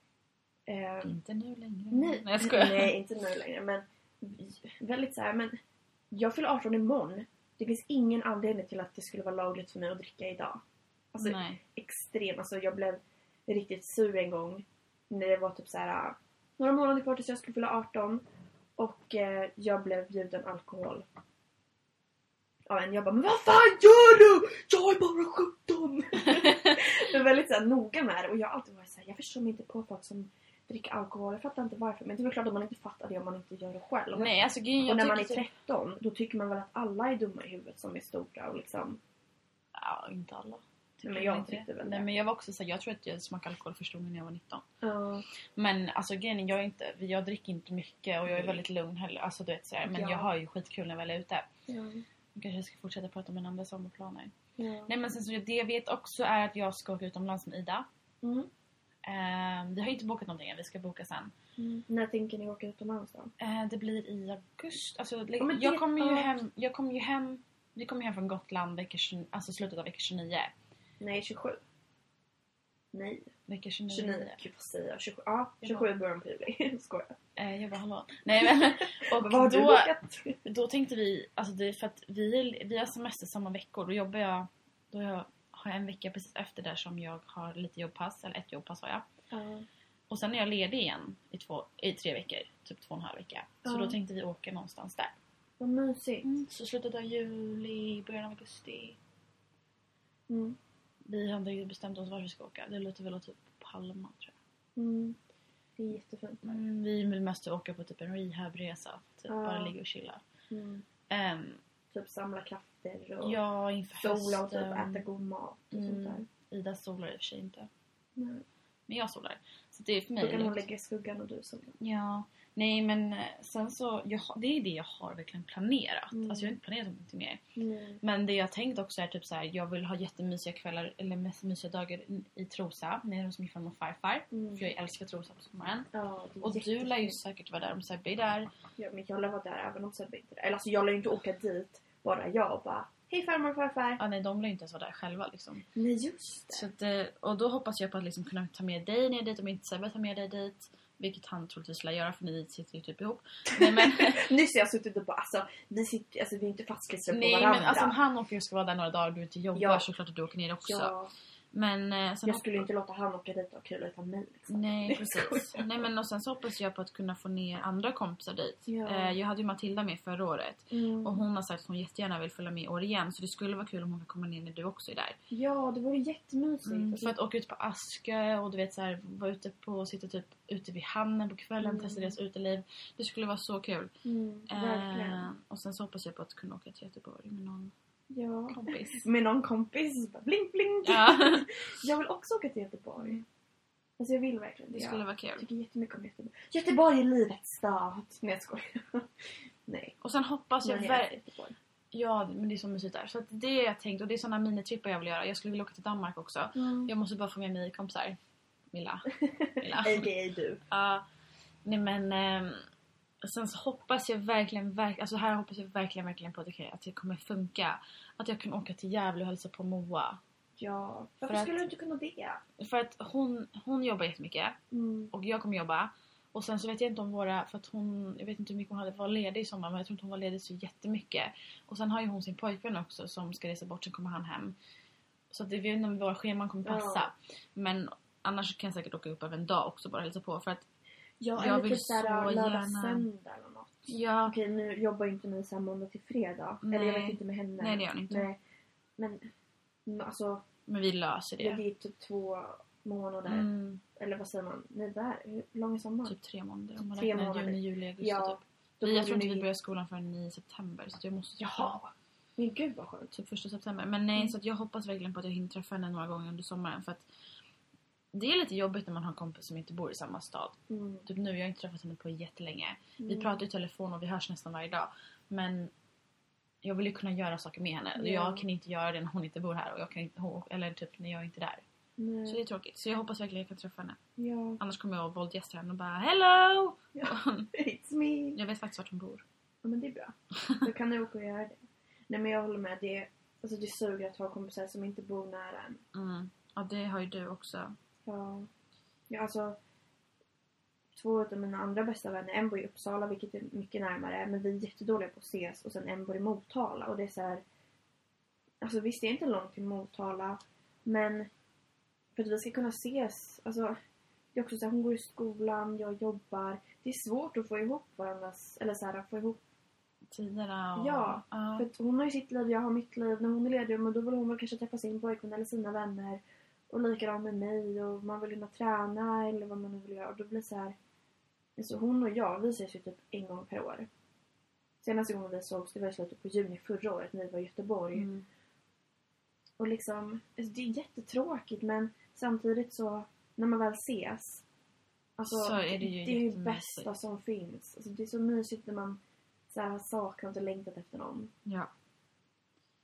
Inte nu längre. Nej, inte nu längre. Men väldigt så här, men jag fyller 18 imorgon. Det finns ingen anledning till att det skulle vara lagligt för mig att dricka idag. Alltså extrem. Alltså jag blev riktigt sur en gång när det var typ så här några månader kvar tills jag skulle fylla 18 och jag blev bjuden alkohol. Ja, jag bara, men vad fan gör du? Jag är bara 17. Jag är väldigt så här noga med det och jag har alltid varit så här, jag förstår mig inte på folk som dricker alkohol. Jag fattar inte varför. Men det är väl klart att man inte fattar det om man inte gör det själv. Nej, alltså, och när man är 13, då tycker man väl att alla är dumma i huvudet som är stora och liksom... Ja, inte alla. Men jag tyckte väl det. Nej, men jag var också så här, jag tror att jag smakade alkohol första gången när jag var 19. Men alltså grejen, jag dricker inte mycket och jag är väldigt lugn heller. Alltså du vet så här, men jag har ju skitkul när jag väl är ute. Jag kanske ska fortsätta prata om mina andra sommarplaner. Ja. Nej, men sen så det jag vet också är att jag ska åka utomlands med Ida. Vi har inte bokat någonting än, vi ska boka sen. När tänker ni åka utomlands då? Det blir i augusti. Alltså, vi kommer ju hem från Gotland slutet av vecka 29. Nej, 27. Nej. Vecka 29. 29, gud vad säger jag? 27, ja, 27 början på juli. Skojar. Jag bara, hallå. Nej, men och vad har du bokat? Då tänkte vi, alltså det är för att vi har semester samma veckor. Då jobbar jag, har jag en vecka precis efter där som jag har lite jobbpass, eller ett jobbpass har jag. Och sen är jag ledig igen i 3 veckor, typ 2,5 vecka. Så då tänkte vi åka någonstans där. Vad mysigt. Så slutet av juli, början av augusti. Vi har inte bestämt oss var vi ska åka. Det låter väl typ Palma, tror jag. Det är jättefint. Vi vill mest åka på typ en rehabresa. Typ bara ligga och chilla. Typ samla krafter och inför sola och typ äta god mat och sånt där. Ida solar i och för sig inte. Nej. Men jag solar. Så det är för mig. Då kan hon lägga i skuggan och du solar. Ja. Nej, men sen så det är det jag har verkligen planerat. Alltså jag har inte planerat någonting mer. Men det jag tänkt också är typ så här, jag vill ha jättemysiga kvällar eller mest mysiga dagar i Trosa nere hos min farmor och farfar. För jag älskar Trosa på sommaren. Och du lär ju säkert vara där om Sebbe är där. Ja, men jag lär vara där även om Sebbe inte är där. Eller alltså jag lär ju inte åka dit, bara jag och bara hej farmor och farfar. Ja, nej, de lär ju inte ens vara där själva liksom. Nej, just det. Så att, och då hoppas jag på att liksom kunna ta med dig ner dit om inte Sebbe tar med dig dit. Vilket han troligtvis lär göra för ni sitter ju typ ihop. Nej, men nyss har jag suttit och bara, alltså vi är inte fastklistrade på Nej, varandra. men alltså om han åker och ska vara där några dagar och du inte jobbar så klart att du åker ner också. Ja. Men jag skulle inte låta han åka dit och ha kul utan mig liksom. Nej, precis. Nej, men och sen så hoppas jag på att kunna få ner andra kompisar dit. Jag hade ju Matilda med förra året. Och hon har sagt att hon jättegärna vill följa med i år igen. Så det skulle vara kul om hon kan komma ner när du också är där. Ja, det var ju jättemysigt. För att åka ut på Askö och du vet så här, vara ute på, sitta typ ute vid hamnen på kvällen, testa deras uteliv. Det skulle vara så kul. Verkligen. Och sen så hoppas jag på att kunna åka till Göteborg med någon kompis. Med någon kompis. Blink, blink. Ja. Jag vill också åka till Göteborg. Alltså jag vill verkligen det. Det skulle vara kul. Jag tycker jättemycket om Göteborg. Göteborg är livets stad. Nej, jag skojar. Nej. Och sen hoppas jag Ja, men det är så mysigt där. Så att det är jag tänkt. Och det är sådana minitrippar jag vill göra. Jag skulle vilja åka till Danmark också. Jag måste bara få med mig kompisar. Milla. A.k.a. du. Nej, men sen så hoppas jag verkligen alltså här hoppas jag verkligen på att det kommer funka. Att jag kan åka till Gävle och hälsa på Moa. Ja, varför skulle du inte kunna det? För att hon jobbar jättemycket. Och jag kommer jobba. Och sen så vet jag inte om för att jag vet inte hur mycket hon var ledig i sommar, men jag tror inte hon var ledig så jättemycket. Och sen har ju hon sin pojkvän också som ska resa bort, sen kommer han hem. Så att det vet inte om våra scheman kommer passa. Men annars kan jag säkert åka upp över en dag också, bara hälsa på. För att jag vill så gärna söndag eller något. Ja. Okej, nu jobbar ju inte ni så här måndag till fredag. Nej. Eller jag vet inte med henne. Nej, det gör ni inte. Nej. Men alltså... Men vi löser det. Det är typ 2 månader. Eller vad säger man? Nej, hur lång är sommaren? Typ 3 månader. Om man räknar juni, juli, augusti typ. Jag tror inte vi börjar skolan förrän i september. Så att jag måste... Jaha. Men gud vad skönt. Typ 1 september. Men nej, så att jag hoppas verkligen på att jag hinner träffa henne några gånger under sommaren. För att det är lite jobbigt när man har en kompis som inte bor i samma stad. Typ nu, jag har inte träffat henne på jättelänge. Vi pratar i telefon och vi hörs nästan varje dag. Men jag vill ju kunna göra saker med henne. Jag kan inte göra det när hon inte bor här. Och jag kan inte, eller typ när jag är inte där. Nej. Så det är tråkigt. Så jag hoppas verkligen att jag kan träffa henne. Ja. Annars kommer jag att våldgästa henne och bara hello! Ja. It's me! Jag vet faktiskt vart hon bor. Ja, men det är bra. Då kan du åka och göra det. Nej, men jag håller med. Det suger att ha kompisar som inte bor nära en. Ja, det har ju du också. Ja, alltså 2 av mina andra bästa vänner, en bor i Uppsala, vilket är mycket närmare, men vi är jättedåliga på att ses, och sen en bor i Motala, och det är så här, alltså visst, det är inte långt till Motala, men för att vi ska kunna ses, alltså det är också så här, hon går i skolan, jag jobbar, det är svårt att få ihop varandras, eller så här, få ihop tiderna och... Ja, för att hon har ju sitt liv, jag har mitt liv, när hon är ledig, men då vill hon väl kanske träffa sin pojkvän eller sina vänner. Och likadant med mig, och man vill kunna träna eller vad man nu vill göra. Och då blir det så här, alltså hon och jag, vi ses ju typ 1 gång per år. Senaste gången vi sågs, det var i slutet på juni förra året när vi var i Göteborg. Och liksom, alltså det är jättetråkigt, men samtidigt så, när man väl ses, alltså så är det ju det bästa som finns. Alltså det är så mysigt när man så här har saknat och längtat efter någon. Ja.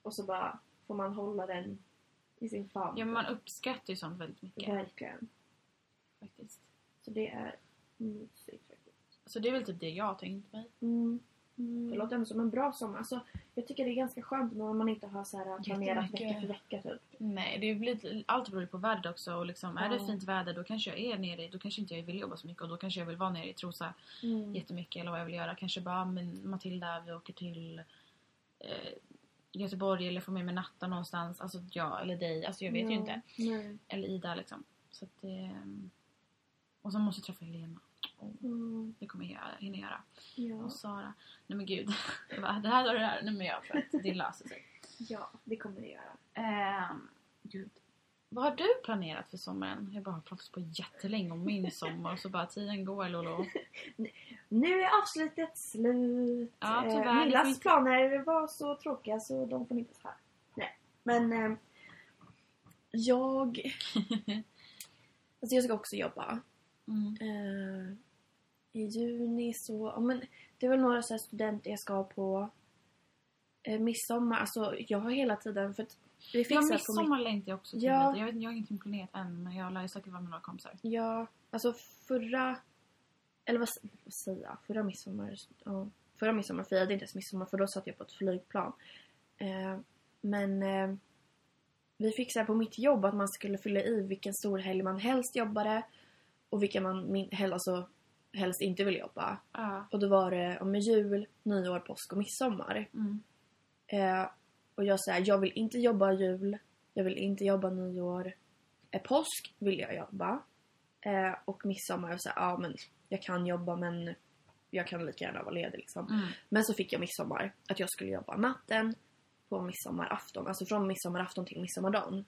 Och så bara får man hålla den i sin famn. Ja, men man uppskattar ju sånt väldigt mycket. Verkligen. Faktiskt. Så det är mysigt faktiskt. Så det är väl typ det jag har tänkt mig. Det låter ändå som en bra sommar. Alltså, jag tycker det är ganska skönt när man inte har så här planerat vecka för vecka typ. Nej, det blir allt beror på vädret också. Och liksom, är det fint väder då kanske jag är nere. Då kanske inte jag vill jobba så mycket. Och då kanske jag vill vara nere i Trosa jättemycket. Eller vad jag vill göra. Kanske bara med Matilda, vi åker till Göteborg. Eller får med mig Natta någonstans. Alltså ja, eller dig. Alltså jag vet ju inte. Nej. Eller Ida liksom. Så att det... Och så måste jag träffa Helena. Det kommer jag hinna göra. Ja. Och Sara. Nej men gud. Det här och det här. Nej men jag för att det löser sig. Ja, det kommer det göra. Gud. Vad har du planerat för sommaren? Jag bara har pratat på jättelänge om min sommar. Och så bara tiden går, Lolo. Nu är avslutet slut. Ja, tyvärr. Millas planer var så tråkiga så de får inte så här. Nej. Men jag... alltså jag ska också jobba. I juni så... Ja, men det är väl några så här studenter jag ska på midsommar. Alltså jag har hela tiden... För att vi fixar midsommar längtar jag också till. Ja. Jag har ingenting planerat än. Men jag lär ju säkert vara med några kompisar. Ja, alltså förra... Eller vad säger jag? Förra midsommar... Ja, förra midsommar firade inte ens midsommar. För då satt jag på ett flygplan. Men... vi fick så här på mitt jobb att man skulle fylla i vilken stor helg man helst jobbade. Och vilka man helst inte vill jobba. Och då var det med jul, nyår, påsk och midsommar. Och jag säger, jag vill inte jobba jul. Jag vill inte jobba nyår. Påsk vill jag jobba. Och midsommar, jag säger, ja men jag kan jobba men jag kan lika gärna vara ledig liksom. Men så fick jag midsommar. Att jag skulle jobba natten på midsommarafton. Alltså från midsommarafton till midsommardagen.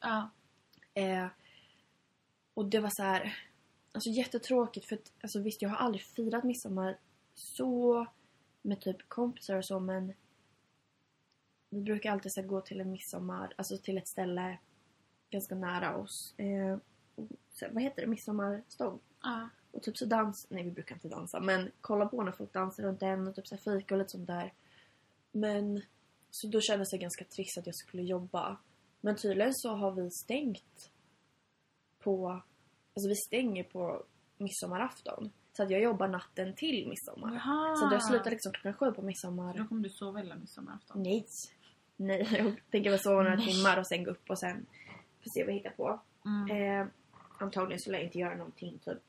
Och det var så här... Alltså jättetråkigt för att, alltså visst jag har aldrig firat midsommar så med typ kompisar och så, men vi brukar alltid så gå till en midsommar, alltså till ett ställe ganska nära oss. Så, vad heter det? Midsommarstång. Och typ så nej vi brukar inte dansa, men kolla på när folk dansar runt en och typ så fika och lite sånt där. Men så då kändes det ganska trist att jag skulle jobba. Men tydligen så har vi stängt på... Alltså vi stänger på midsommarafton. Så att jag jobbar natten till midsommar. Jaha. Så jag slutar liksom 7:00 på midsommar. Så då kommer du sova hela midsommarafton? Nej, jag tänker väl sova några timmar och sen gå upp och sen får se vad jag hittar på. Antagligen skulle jag inte göra någonting typ.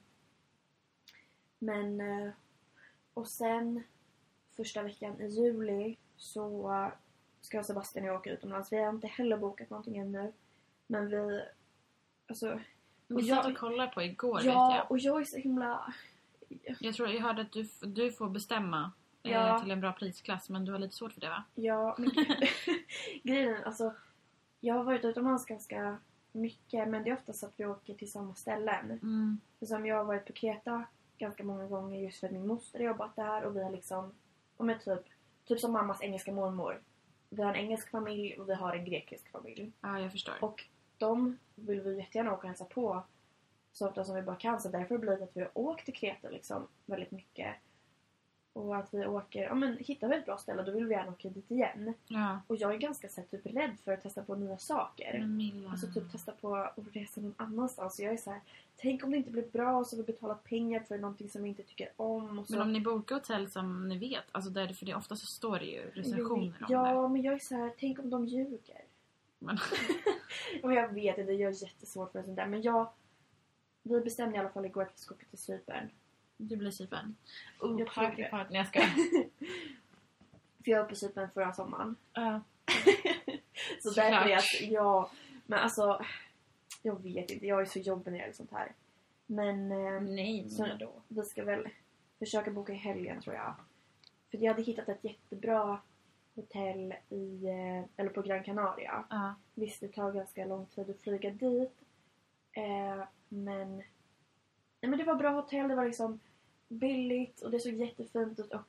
Men och sen första veckan i juli så ska jag och Sebastian och jag åka utomlands. Vi har inte heller bokat någonting ännu. Men vi... Alltså... Vi satt och kollade på igår, vet jag. Ja, och jag är så himla... Jag tror jag hörde att du får bestämma till en bra prisklass. Men du har lite svårt för det, va? Ja, men grejen, alltså... Jag har varit utomlands ganska mycket. Men det är ofta så att vi åker till samma ställen. Som jag har varit på Kreta ganska många gånger just för att min moster har jobbat där. Och vi har liksom... Och med typ som mammas engelska mormor. Vi har en engelsk familj och vi har en grekisk familj. Ja, jag förstår. Och de vill vi jättegärna åka och hälsa på så ofta som vi bara kan. Så därför blir det att vi har åkt till Kreta liksom väldigt mycket. Och att vi åker, hittar vi ett bra ställe då vill vi gärna åka dit igen. Ja. Och jag är ganska typ rädd för att testa på nya saker. Alltså typ testa på att resa någon annanstans. Så jag är så här, tänk om det inte blir bra så vi betalar pengar för någonting som vi inte tycker om. Och så. Men om ni bokar hotell som ni vet, alltså där, för det ofta så står det ju recensioner om det. Ja, men jag är så här, tänk om de ljuger. Och jag vet inte, det gör jättesvårt för sånt där. Men vi bestämde i alla fall igår att vi ska åka till Cypern. Du blir Cypern. Party. Nej, jag ska. För jag var på Cypern förra sommaren. Så Såklart. därför är att, men alltså, jag vet inte, jag är så jobbig när det gäller sånt här. Men nej, så då. Vi ska väl försöka boka i helgen tror jag. För jag hade hittat ett jättebra hotell eller på Gran Canaria. Visst, det tar ganska lång tid att flyga dit. Men det var bra hotell, det var liksom billigt och det såg jättefint ut. Och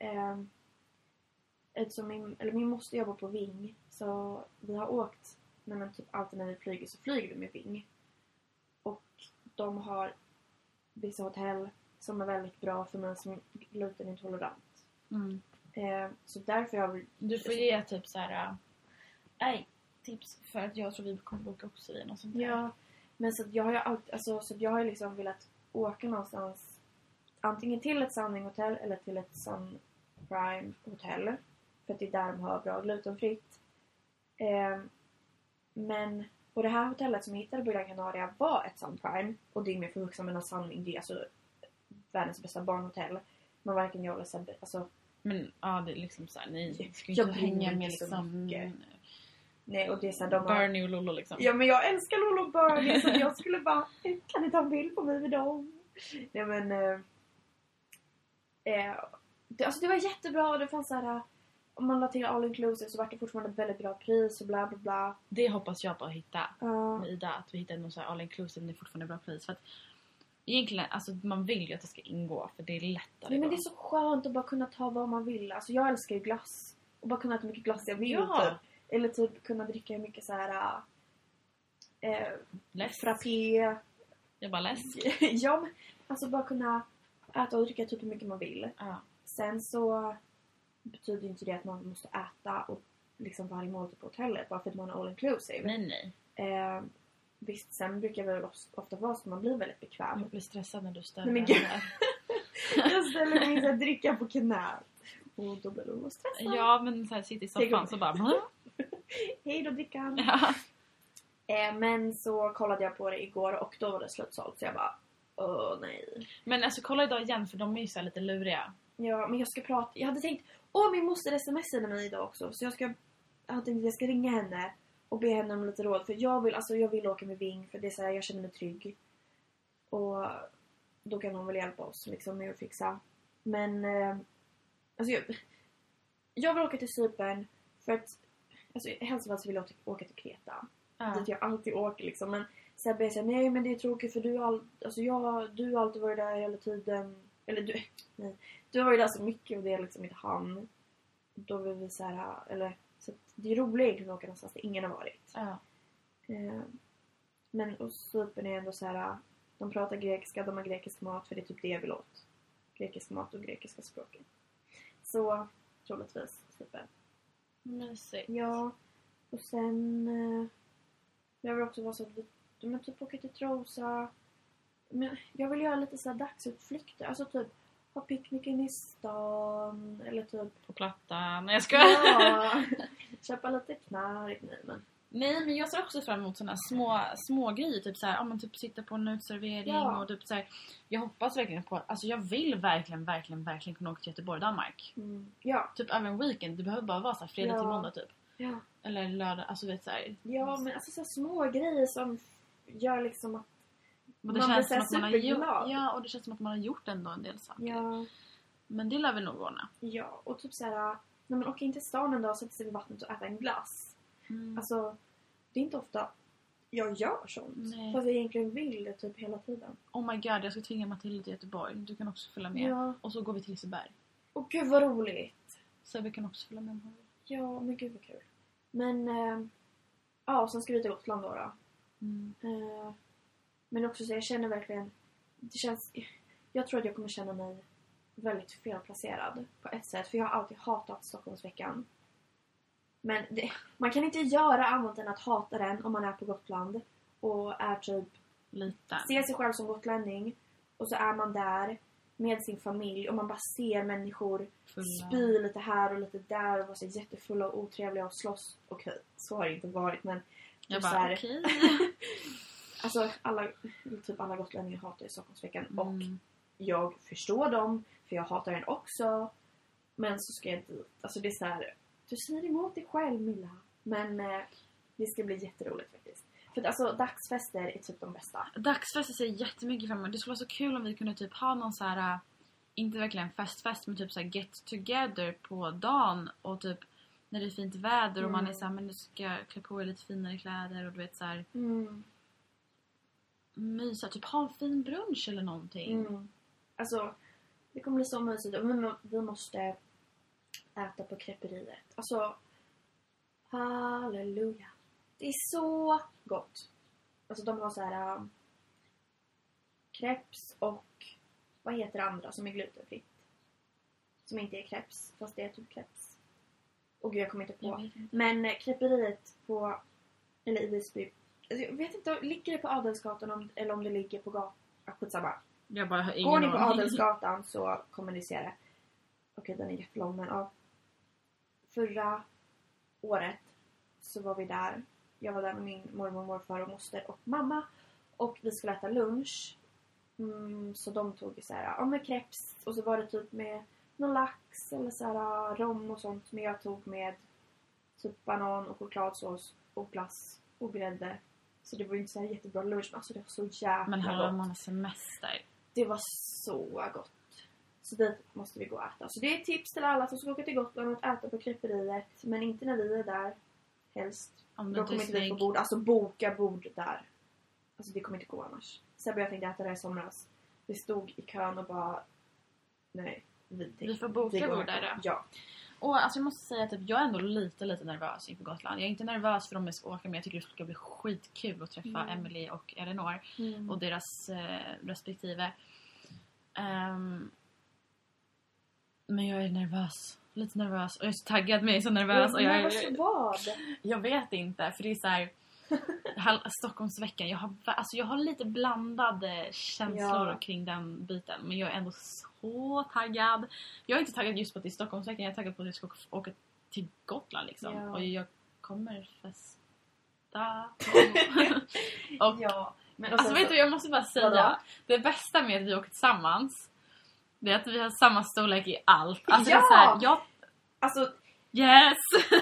eftersom min moster jobbar på Ving, så vi har åkt, typ alltid när vi flyger så flyger vi med Ving. Och de har vissa hotell som är väldigt bra för mig som är glutenintolerant. Så därför jag vill... Du får ge typ så här Nej, tips för att jag tror vi kommer boka också i något sånt här. Ja, men så att jag har ju alltid, alltså, så att jag har liksom velat åka någonstans antingen till ett Sunwing hotell eller till ett Sun Prime hotell. För att det är där de har bra glutenfritt. Men på det här hotellet som jag hittade på Gran Canaria var ett Sun Prime. Och det är mer för vuxna, men Sunwing, det är alltså världens bästa barnhotell. Men varken jag eller Sebbe, alltså... Men ja, det är liksom såhär, nej, ska inte hänga med liksom... Nej, och det är så här, de Bernie och Lolo liksom. Ja, men jag älskar Lolo och Bernie, så jag skulle bara, kan ni ta en bild på mig med dem? Nej, men... alltså det var jättebra, och det fanns så här... Om man la till all inclusive så var det fortfarande ett väldigt bra pris och bla bla bla. Det hoppas jag på att hitta med Ida, att vi hittar någon så här all inclusive, men det är fortfarande bra pris. För att egentligen, alltså man vill ju att det ska ingå, för det är lättare. Nej, men det är så skönt att bara kunna ta vad man vill. Alltså jag älskar ju glass. Och bara kunna äta mycket glass jag vill, typ. Eller typ kunna dricka mycket så här... frappé. Jag bara läsk. Ja, men alltså bara kunna äta och dricka typ hur mycket man vill. Sen så betyder inte det att man måste äta och liksom varje måltid på hotellet bara för att man är all inclusive. Nej. Visst, sen brukar väl ofta vara så man blir väldigt bekväm. Jag blir stressad när du ställer Nej, men gud. Jag ställer mig att dricka på knät. Och då blir du stressad. Ja, men så här sitter i soffan så bara... Hej då, drickan. Ja. Men så kollade jag på det igår och då var det slutsålt. Så jag bara, nej. Men alltså kolla idag igen, för de är ju så här lite luriga. Ja, men jag ska prata. Jag hade tänkt, min moster smsade mig idag också. Så jag hade tänkt att jag ska ringa henne och be henne om lite råd. För jag vill åka med Ving, för det är så här, jag känner mig trygg. Och då kan hon väl hjälpa oss liksom med att fixa. Men alltså jag vill åka till Cypern för att alltså helst av allt så vill jag åka till Kreta. Dit jag alltid åker liksom. Men Sebbe säger nej, men det är tråkigt för du har alltid varit där hela tiden. Eller du har varit där så mycket och det är liksom inte han. Då vill vi så här, eller så att det är roligt egentligen att åka någonstans där ingen har varit. Men och Cypern är ändå så här, de pratar grekiska, de har grekisk mat, för det är typ det jag vill åt. Grekisk mat och grekiska språket. Så troligtvis Cypern. Mysigt. Ja, och sen jag vill också vara så att de typ åker till Trosa. Men jag vill göra lite så här dagsutflykter, alltså typ ha picknicken i stan eller typ på Plattan. Jag ska köpa lite knark. Nej, men jag ser också fram emot såna små grejer, typ så här, om man typ sitter på en utservering och typ så här, jag hoppas verkligen på, alltså jag vill verkligen kunna åka till Göteborg, Danmark. Ja. Typ över en weekend, det behöver bara vara så här fredag till måndag typ. Ja. Eller lördag, alltså vet så här. Ja, men alltså så här små grejer som gör liksom att och det man känns blir som att man har superglad. ja, och det känns som att man har gjort ändå en del saker. Ja. Men det lär vi nog ordna. Ja, och typ så här, när man åker in till stan en dag och sätter sig vid vattnet och äter en glass. Alltså, det är inte ofta jag gör sånt. Nej. Fast jag egentligen vill det typ hela tiden. Oh my god, jag ska tvinga Matilda till Göteborg. Du kan också följa med. Ja. Och så går vi till Liseberg. Åh gud vad roligt. Så vi kan också följa med honom. Ja, men gud vad kul. Men, ja, sen ska vi till Gotland då. Men också så jag känner verkligen, jag tror att jag kommer känna mig väldigt felplacerad på ett sätt. För jag har alltid hatat Stockholmsveckan. Men man kan inte göra annat än att hata den om man är på Gotland. Och är typ lite. Ser sig själv som gotlänning. Och så är man där med sin familj. Och man bara ser människor spy lite här och lite där. Och vara så jättefulla och otrevliga och slåss. Okej, så har det inte varit. Men jag bara okej. Alltså alla gotlänningar hatar ju Stockholmsveckan. Och jag förstår dem. För jag hatar den också. Men så ska jag inte... Alltså det är så här... Du säger emot dig själv, Milla. Men det ska bli jätteroligt faktiskt. För att, alltså dagsfester är typ de bästa. Dagsfester ser jättemycket fram emot. Det skulle vara så kul om vi kunde typ ha någon så här... Inte verkligen fest men typ så här get together på dagen. Och typ när det är fint väder och man är så här, men du ska klä på dig lite finare kläder. Och du vet så här... Mysa, typ ha en fin brunch eller någonting. Alltså, det kommer bli så mysigt. Vi måste äta på creperiet. Alltså, halleluja. Det är så gott. Alltså de har så här crepes och vad heter det andra som är glutenfritt? Som inte är crepes, fast det är typ crepes. Och jag kommer inte på. Men knäpperiet på, eller i Visby, alltså, jag vet inte, ligger det på Adelsgatan eller om det ligger på gatan, skitsamma. Jag bara har ingen Går ni på Adelsgatan så kommer ni se det. Okej, den är jättelång, men ja. Förra året så var vi där. Jag var där med min mormor, morfar och moster och mamma. Och vi skulle äta lunch. Så de tog så här, med crepes. Och så var det typ med någon lax eller så här rom och sånt. Men jag tog med typ banan och chokladsås och glass och grädde. Så det var ju inte så här jättebra lunch. Men alltså det var så jävla Men här gott. har man semester. Det var så gott. Så dit måste vi gå och äta. Så det är ett tips till alla som ska åka till Gotland att äta på knäpperiet. Men inte när vi är där. Helst. Då kommer inte vi få bord. Alltså boka bord där. Alltså det kommer inte gå annars. Sebbe och jag tänkte äta det i somras. Vi stod i kön och bara... Nej. Vi får boka bord där då. Ja. Och alltså jag måste säga att jag är ändå lite nervös inför Gotland. Jag är inte nervös för om jag ska åka, men jag tycker det ska bli skitkul att träffa Emily och Eleanor. Och deras respektive. Men jag är nervös. Lite nervös. Och jag är så taggad, men jag är så nervös. Och jag vet inte. För det är så här... Stockholmsveckan. Jag har lite blandade känslor kring den biten. Men jag är ändå så taggad. Jag är inte taggad just på att det är Stockholmsveckan. Jag är taggad på att jag ska åka till Gotland liksom. Ja. Och jag kommer festa. Och, men alltså vet du, jag måste bara säga. Vadå? Det bästa med att vi åker tillsammans, det är att vi har samma storlek i allt. Alltså det är så här, alltså yes.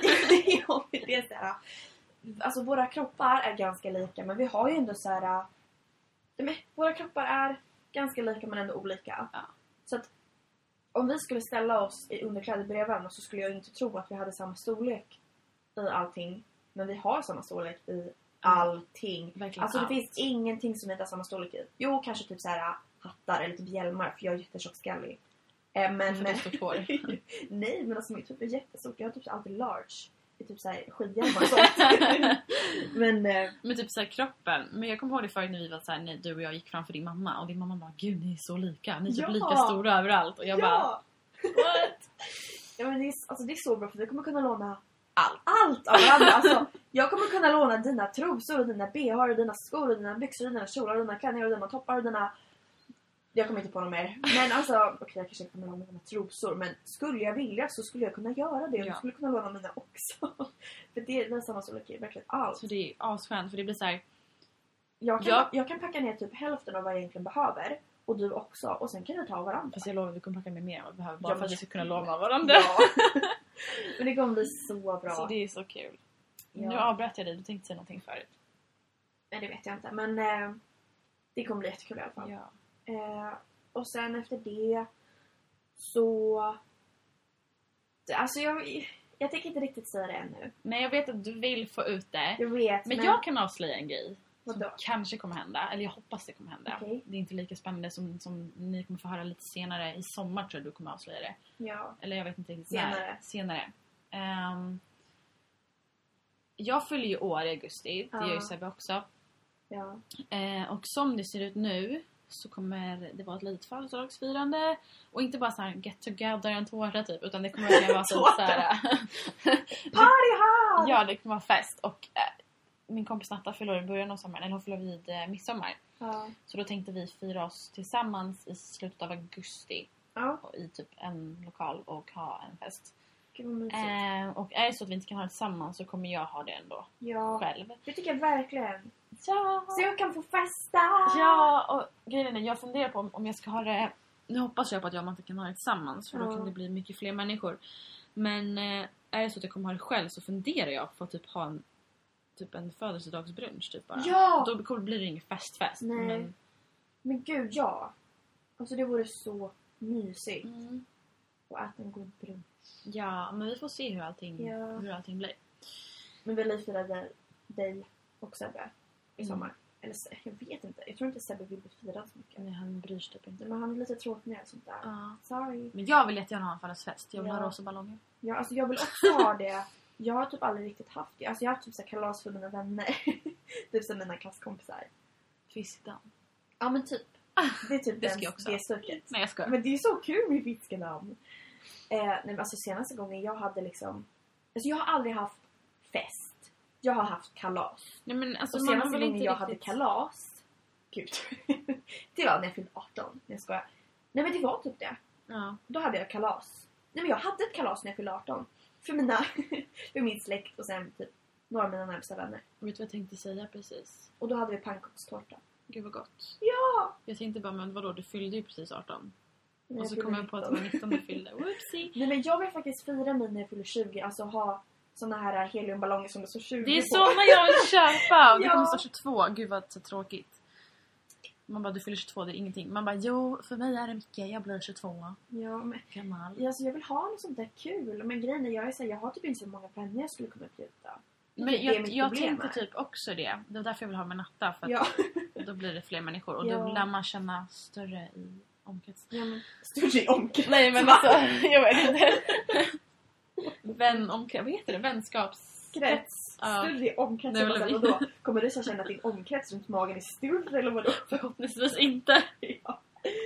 Det är så här. Alltså våra kroppar är ganska lika, men vi har ju ändå så här. Våra kroppar är ganska lika men ändå olika. Ja. Så att om vi skulle ställa oss i underkläder bredvid varandra så skulle jag inte tro att vi hade samma storlek i allting. Men vi har samma storlek i allting. Verkligen alltså det finns ingenting som inte har samma storlek i. Jo, kanske typ så här hattar eller typ hjälmar, för jag är jättetjockskallig. Men för det är stort hår. Nej, men alltså mitt typ är jättestort. Jag har typ alltid large. I typ såhär skidhjälmar och sånt. men typ såhär kroppen. Men jag kommer ihåg det förut när vi var såhär, du och jag gick framför din mamma. Och din mamma bara, gud ni är så lika. Ni är typ lika stora överallt. Och jag bara, what? Ja, men det är så bra, för vi kommer kunna låna allt av varandra. Alltså, jag kommer kunna låna dina trosor och dina BH och dina skor och dina byxor och dina kjolar och dina klänningar och dina toppar och dina... Jag kommer inte på något mer. Men alltså, okej, jag kanske inte kommer låna mina trosor. Men skulle jag vilja så skulle jag kunna göra det. Och jag skulle kunna låna mina också. För det är samma storlek i verkligen allt. Så det är asskönt, för det blir så här. Jag kan packa ner typ hälften av vad jag egentligen behöver. Och du också. Och sen kan vi ta varandra. Fast jag lovar att vi kommer packa med mer än vad vi behöver. Bara för att vi ska kunna låna varandra. Ja. Men det kommer bli så bra. Så det är så kul. Nu avbröt jag dig. Du tänkte säga någonting förut. Nej, det vet jag inte. Men det kommer bli jättekul i alla fall. Ja. Och sen efter det så... Alltså jag tänker inte riktigt säga det ännu. Nej, jag vet att du vill få ut det. Jag vet. Men jag kan avslöja en grej. Vadå? Som kanske kommer hända. Eller jag hoppas det kommer hända. Okay. Det är inte lika spännande som ni kommer få höra lite senare. I sommar tror jag du kommer avslöja det. Ja. Eller jag vet inte riktigt. Senare. Jag fyller ju år i augusti. Det gör ju Sebbe också. Ja. Och som det ser ut nu så kommer det vara ett litet födelsedagsfirande. Och inte bara så här get together en tårta typ. Utan det kommer att vara så här. Party hard! Ja, det kommer vara fest. Och min kompis Natta fyller i början av sommaren. Eller hon fyller vid midsommar. Ja. Så då tänkte vi fira oss tillsammans i slutet av augusti. Ja. I typ en lokal och ha en fest. Och är det så att vi inte kan ha det tillsammans så kommer jag ha det ändå själv. Det tycker jag verkligen. Ja. Så jag kan få festa. Ja, och grejen är, jag funderar på om jag ska ha det. Nu hoppas jag på att jag och Matte kan ha det tillsammans. För då kan det bli mycket fler människor. Men är det så att jag kommer ha det själv så funderar jag på att typ ha en födelsedagsbrunch typ bara. Ja! Då blir det ingen fest. Nej. Men gud, ja. Alltså det vore så mysigt. Och äta en god brunch. Ja, men vi får se hur allting blir. Men vi firade dig och Sebbe i sommar. Eller jag vet inte. Jag tror inte Sebbe vill bli firad så mycket. Nej, han bryr sig typ inte. Men han är lite tråkig och sånt där. Sorry. Men jag vill jättegärna ha en födelsedagsfest. Jag vill ha rosa ballonger. Ja, alltså jag vill också ha det. Jag har typ aldrig riktigt haft det. Alltså jag har haft typ så här kalas för mina vänner. Typ som mina klasskompisar. Fiskdamm. Ja, men typ. Det är typ det stuket. Nej, jag skojar. Men det är så kul med fiskedamm. Nej, men alltså senaste gången jag hade liksom Alltså jag har aldrig haft fest. Jag har haft kalas. Nej, men alltså, och senaste gången jag hade kalas... Gud. Det var när jag fyllde 18. Jag skojar. Nej men det var typ det. Ja. Då hade jag kalas. Nej men jag hade ett kalas när jag fyllde 18. För min släkt och sen typ några av mina närmsta vänner. Vet du vad jag tänkte säga precis? Och då hade vi pannkakstårta. Gud vad gott. Ja! Jag tänkte bara, men vadå, du fyllde ju precis 18. Nej, och så kom jag på att det var 19 du fyllde. Whoopsie! Nej men jag vill faktiskt fira mig när jag fyller 20. Alltså ha såna här heliumballonger som det står 20 Det är på. såna jag vill köpa! Och det Ja. kommer stå 22. Gud vad så tråkigt. Man bara, du fyller 22, det är ingenting. Man bara, jo, för mig är det mycket. Jag blir 22. Ja, men Gammal. alltså, jag vill ha något sånt där kul. Men grejen är, jag har typ inte så många vänner jag skulle kunna bjuda. Men jag tänkte typ också det. Det var därför jag vill ha med Natta. För att då blir det fler människor. Och då lär man känna större i omkrets. Ja, men större i omkrets? Nej, men alltså, jag vet inte. Vän-omkrets, vad heter det? Vänskapskrets. Större i omkrets. Vadå? Kommer du så känna att din omkrets runt magen är större eller vadå? Förhoppningsvis inte. Ja.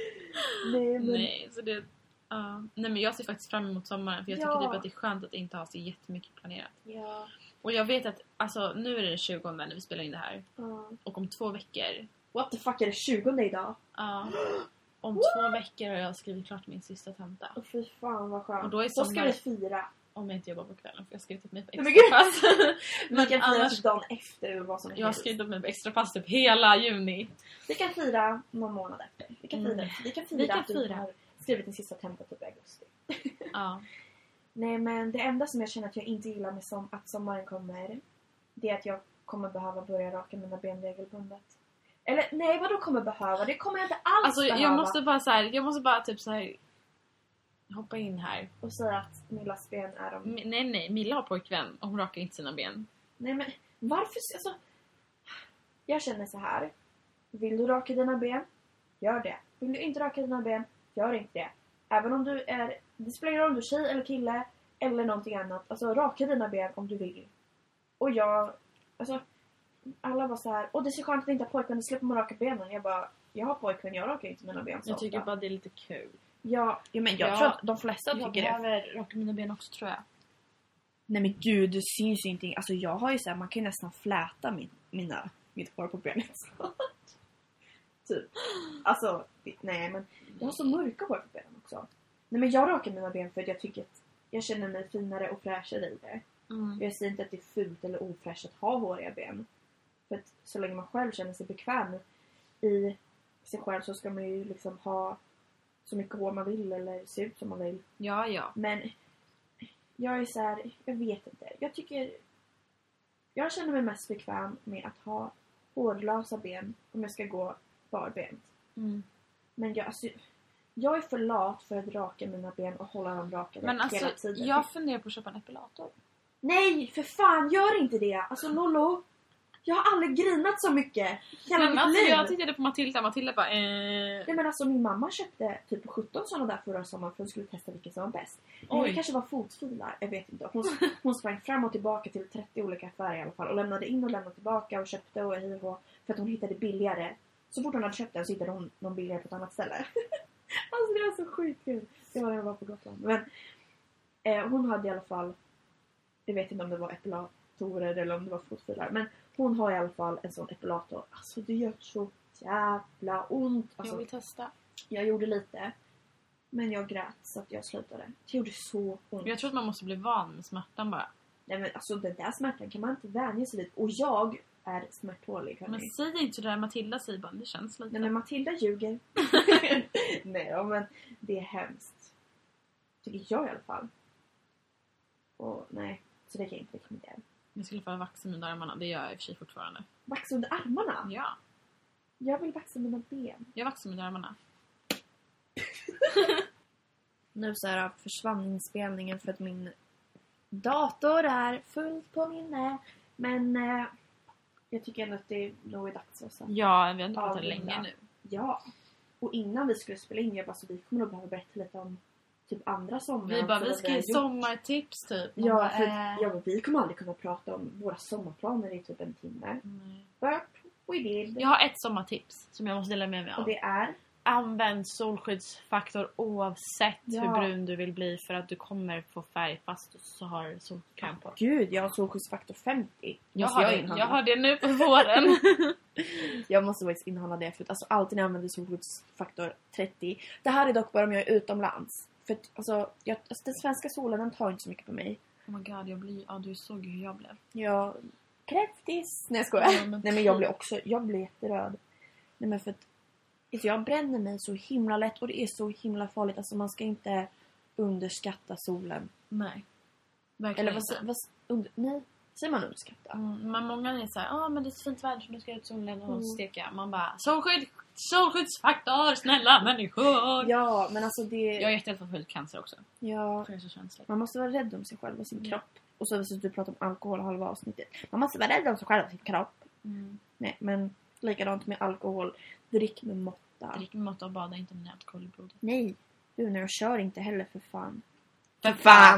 Nej, så det... Nej, men jag ser faktiskt fram emot sommaren. För jag tycker typ att det är skönt att inte ha så jättemycket planerat. Ja. Och jag vet att, alltså, nu är det den 20 när vi spelar in det här. Och om 2 veckor... What the fuck, är det 20 idag? Ja. Om 2 veckor har jag skrivit klart min sista tenta. Åh fy fan vad skönt. Och då är så ska vi fira. Om jag inte jobbar på kvällen, för jag har skrivit upp mig på Men extrapass. Vi kan fira typ dagen efter vad som jag har skrivit upp mig på extrapass typ hela juni. Vi kan fira någon månad efter. Vi kan fira att du har skrivit din sista tenta typ i augusti. Ja. Nej, men det enda som jag känner att jag inte gillar med att sommaren kommer, det är att jag kommer behöva börja raka mina ben regelbundet. Eller nej, vad då kommer behöva? Det kommer jag inte alls alltså, behöva. Jag måste bara typ så här hoppa in här och säga att Millas ben är de... Nej, Milla har pojkvän och hon rakar inte sina ben. Nej, men varför? Alltså, jag känner så här. Vill du raka dina ben? Gör det. Vill du inte raka dina ben? Gör inte det. Även om du är... Det spelar ingen roll om du är tjej eller kille eller någonting annat. Alltså, raka dina ben om du vill. Och jag... Alltså, alla var så här. Och det är så skönt att inte ha pojkvän. Det släpper man raka benen. Jag bara... Jag har pojkvän. Jag rakar inte mina ben så Jag tycker ofta. bara det är lite kul. Ja, men jag tror att de flesta tycker det. Jag behöver raka mina ben också, tror jag. Nej men gud, det syns ju ingenting. Alltså jag har ju så här, man kan ju nästan fläta mitt hår på benet. Typ. Alltså, nej men jag har så mörka hår på benen också. Nej men jag rakar mina ben för att jag tycker att jag känner mig finare och fräschare i det. Jag säger inte att det är fult eller ofräscht att ha håriga ben. För att så länge man själv känner sig bekväm i sig själv så ska man ju liksom ha så mycket hår man vill eller se ut som man vill. Ja. Men jag är så här, jag vet inte. Jag känner mig mest bekväm med att ha hårlösa ben om jag ska gå barbent. Men jag är för lat för att raka mina ben och hålla dem rakade hela tiden. Men alltså, jag funderar på att köpa en epilator. Nej, för fan, gör inte det. Alltså Lolo, jag har aldrig grinat så mycket. Men alltså, jag tittade på Matilda bara... Nej men alltså min mamma köpte typ 17 sådana där förra sommaren för att hon skulle testa vilken som var bäst. Men det kanske var fotfilar, jag vet inte. Hon sprang fram och tillbaka till 30 olika affärer i alla fall. Och lämnade in och lämnade tillbaka och köpte och för att hon hittade billigare. Så fort hon hade köpt den så hittade hon någon billigare på ett annat ställe. Alltså det var så sjukt kul. Det var när jag var på Gotland. Men hon hade i alla fall, jag vet inte om det var epilatorer eller om det var fotfilar. Men hon har i alla fall en sån epilator. Alltså det gör så jävla ont. Alltså, jag vill testa. Jag gjorde lite. Men jag grät så att jag slutade. Det gjorde så ont. Jag tror att man måste bli van med smärtan bara. Nej men alltså den där smärtan kan man inte vänja sig vid. Och jag är smärttålig. Men säg inte det där Matilda säger bara. Det känns lite. Nej men Matilda ljuger. Nej men det är hemskt. Tycker jag i alla fall. Och nej. Så det kan jag inte rekommendera. Jag skulle få vaxa mina armarna. Det gör jag i och för sig fortfarande. Vaxa under armarna? Ja. Jag vill vaxa mina ben. Jag vaxar mina armarna. Nu så här försvann inspelningen för att min dator är fullt på minne. Men jag tycker ändå att det nog är dags också. Ja, vi har inte pratat länge nu. Ja. Och innan vi skulle spela in, jag bara så vi kommer nog behöva berätta lite om typ andra sommar. Vi ska ge sommartips typ. Ja, för vi kommer aldrig kunna prata om våra sommarplaner i typ en timme. But we did. Jag har ett sommartips som jag måste dela med mig av. Och det är? använd solskyddsfaktor oavsett hur brun du vill bli, för att du kommer få färg fast du så har solkräm på. Gud, jag har solskyddsfaktor 50. Jag har det nu på våren. Jag måste faktiskt inhandla det, för alltså alltid när jag använder solskyddsfaktor 30. Det här är dock bara om jag är utomlands. För att, alltså, den svenska solen, den tar inte så mycket på mig. Oh my god, du såg ju hur jag blev. Ja, kräftis. Nej, jag skojar. Nej, men jag blir jätteröd. Nej, men för att jag bränner mig så himla lätt, och det är så himla farligt. Alltså man ska inte underskatta solen. Nej. Verkligen. Eller nej, säger man underskatta? Men många är såhär, men det är så fint väder så nu ska jag ut solen och steka. Man bara, solskyddsfaktor, snälla människor. Ja, men alltså det... Jag är jätterädd för fullt cancer också. Ja. För det är så känsligt. Man måste vara rädd om sig själv och sin kropp. Och så du pratar om alkohol halva avsnittet. Man måste vara rädd om sig själv och sin kropp. Nej, men likadant med alkohol. Drick med måtta. Drick med måtta och bada inte med alkohol i blodet. Nej, du, när jag kör inte heller, för fan. För fan!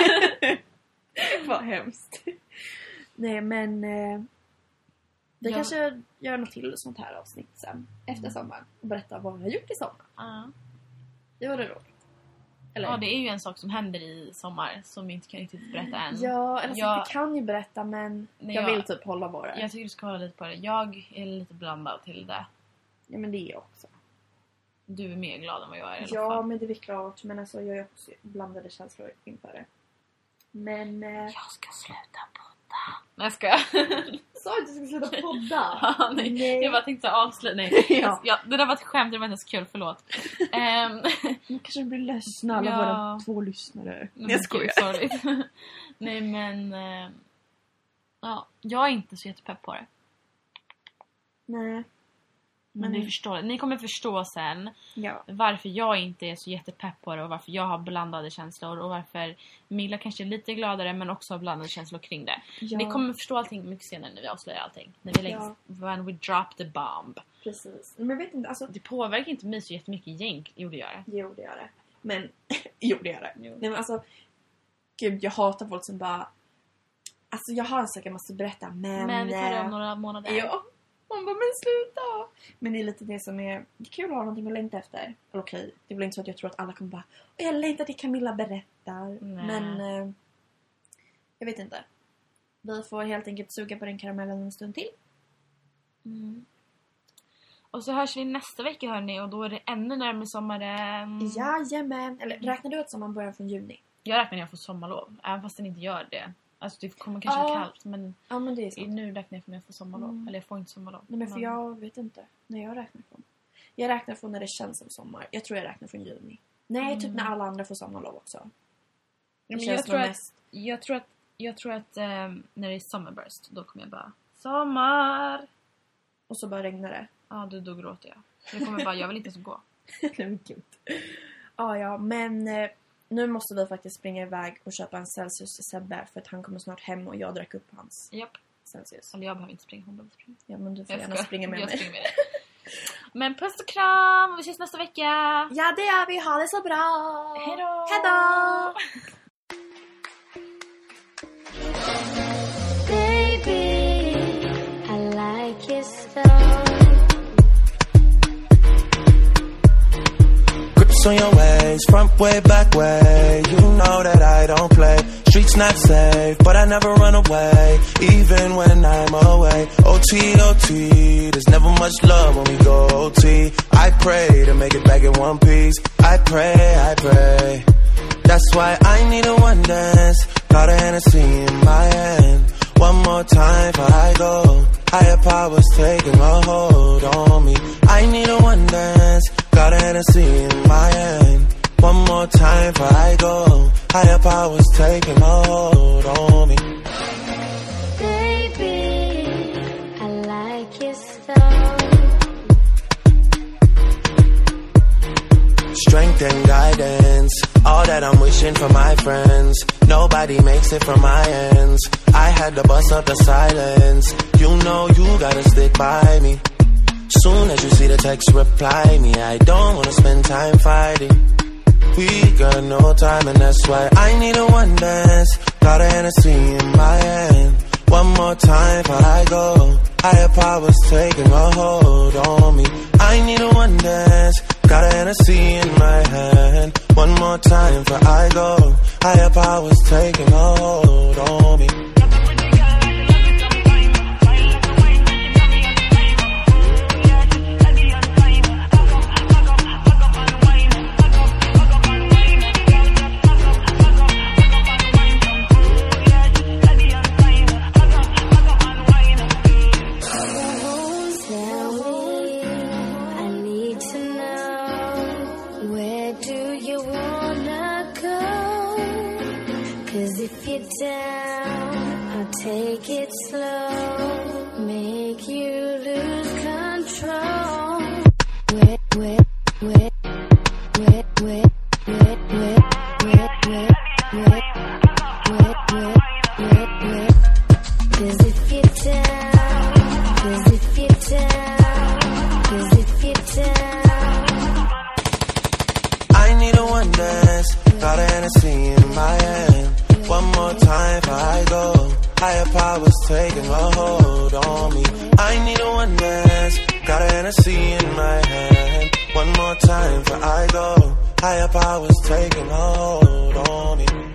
Vad hemskt. Nej, men vi kanske gör något till sånt här avsnitt sen. Efter sommaren. Och berätta vad vi har gjort i sommar. Det var det då. Eller? Ja, det är ju en sak som händer i sommar som vi inte kan riktigt berätta än. Ja, eller vi kan ju berätta, men jag vill typ hålla på det. Jag tycker du ska hålla lite på det. Jag är lite blandad till det. Ja, men det är jag också. Du är mer glad än vad jag är i alla fall. Ja, men det är klart. Men alltså, jag är också blandade känslor inför det. Men... Jag ska sluta podda. Nej, jag ska. Sa du att du skulle sluta podda? Nej. Jag bara tänkte avsluta. Nej. Ja, det där var ett skämt, det var inte så kul, förlåt. Nu kanske blir ledsna alla våra 2 lyssnare. Jag skojar. Sorry. Nej, men... jag är inte så jättepepp på det. Nej. Men det förstår, ni kommer förstå sen varför jag inte är så jättepepp på det och varför jag har blandade känslor och varför Milla kanske är lite gladare men också har blandade känslor kring det. Ni kommer förstå allting mycket senare när vi avslöjar allting. När vi lägger, when we drop the bomb. Precis. Men jag vet inte, alltså... Det påverkar inte mig så jättemycket egentligen. Jo, det gör det. Jo, det gör det. Men, jo, det gör det. Jo. Nej, men alltså, gud, jag hatar folk som bara... Alltså, jag har en sak jag måste berätta, men... vi tar det om några månader. Ja. Man bara, men sluta! Men det är lite det som är... Det är kul att ha någonting att längta efter. Eller okej, det är väl inte så att jag tror att alla kommer bara... Jag längtar till Camilla berättar. Nej. Men... jag vet inte. Vi får helt enkelt suga på den karamellen en stund till. Och så hörs vi nästa vecka, hörni. Och då är det ännu närmare sommaren. Jajamän. Eller räknar du att sommaren börjar från juni? Jag räknar när jag får sommarlov. Även fast den inte gör det. Alltså det kommer kanske vara kallt, men, men det är sant. Nu räknar jag från när jag får sommarlov. Eller jag får inte sommarlov. Nej, men för jag vet inte när jag räknar från. Jag räknar från när det känns som sommar. Jag tror jag räknar från juni. Nej, typ när alla andra får sommarlov också. Men jag tror att när det är summerburst, då kommer jag bara sommar. Och så bara regnar det. Ja, då gråter jag. Jag kommer bara, jag vill inte så gå. Ja, men nu måste vi faktiskt springa iväg och köpa en Celsius till Sebbe, för att han kommer snart hem och jag drack upp hans Celsius. Eller jag behöver inte springa, hon behöver springa. Ja, men du får gärna springa med mig. Men puss och kram, vi ses nästa vecka. Ja, det gör vi. Ha det så bra. Hejdå. Hejdå. Baby, I like your stuff. On your ways, front way, back way. You know that I don't play. Streets not safe, but I never run away, even when I'm away. OT, OT, there's never much love when we go OT. I pray to make it back in one piece. I pray. That's why I need a one dance. Got a Hennessy in my hand. One more time before I go. Higher powers taking a hold on me. I need a one dance. Got a Hennessy in my hand. One more time before I go. Higher powers taking a hold on me. Baby, I like your stuff. Strength and guidance, all that I'm wishing for my friends. Nobody makes it from my ends. I had to bust up the silence. You know you gotta stick by me. Soon as you see the text, reply me. I don't wanna spend time fighting. We got no time and that's why I need a one dance. Got a Hennessy in my hand. One more time before I go. Higher powers taking a hold on me. I need a one dance. Got a Hennessy in my hand. One more time before I go. Higher powers taking a hold on me. Take it slow, make you lose control. Wet, wet, wet, wet, wet, wet, wet, wet, wet, wet, wet, wet, wet. 'Cause if you're down, 'cause if you're down, 'cause if you're down. I need a one dance, got a Hennessy in my hand. One more time before I go. Higher powers taking a hold on me. I need a one dance, got a Hennessy in my hand. One more time before I go. Higher powers taking a hold on me.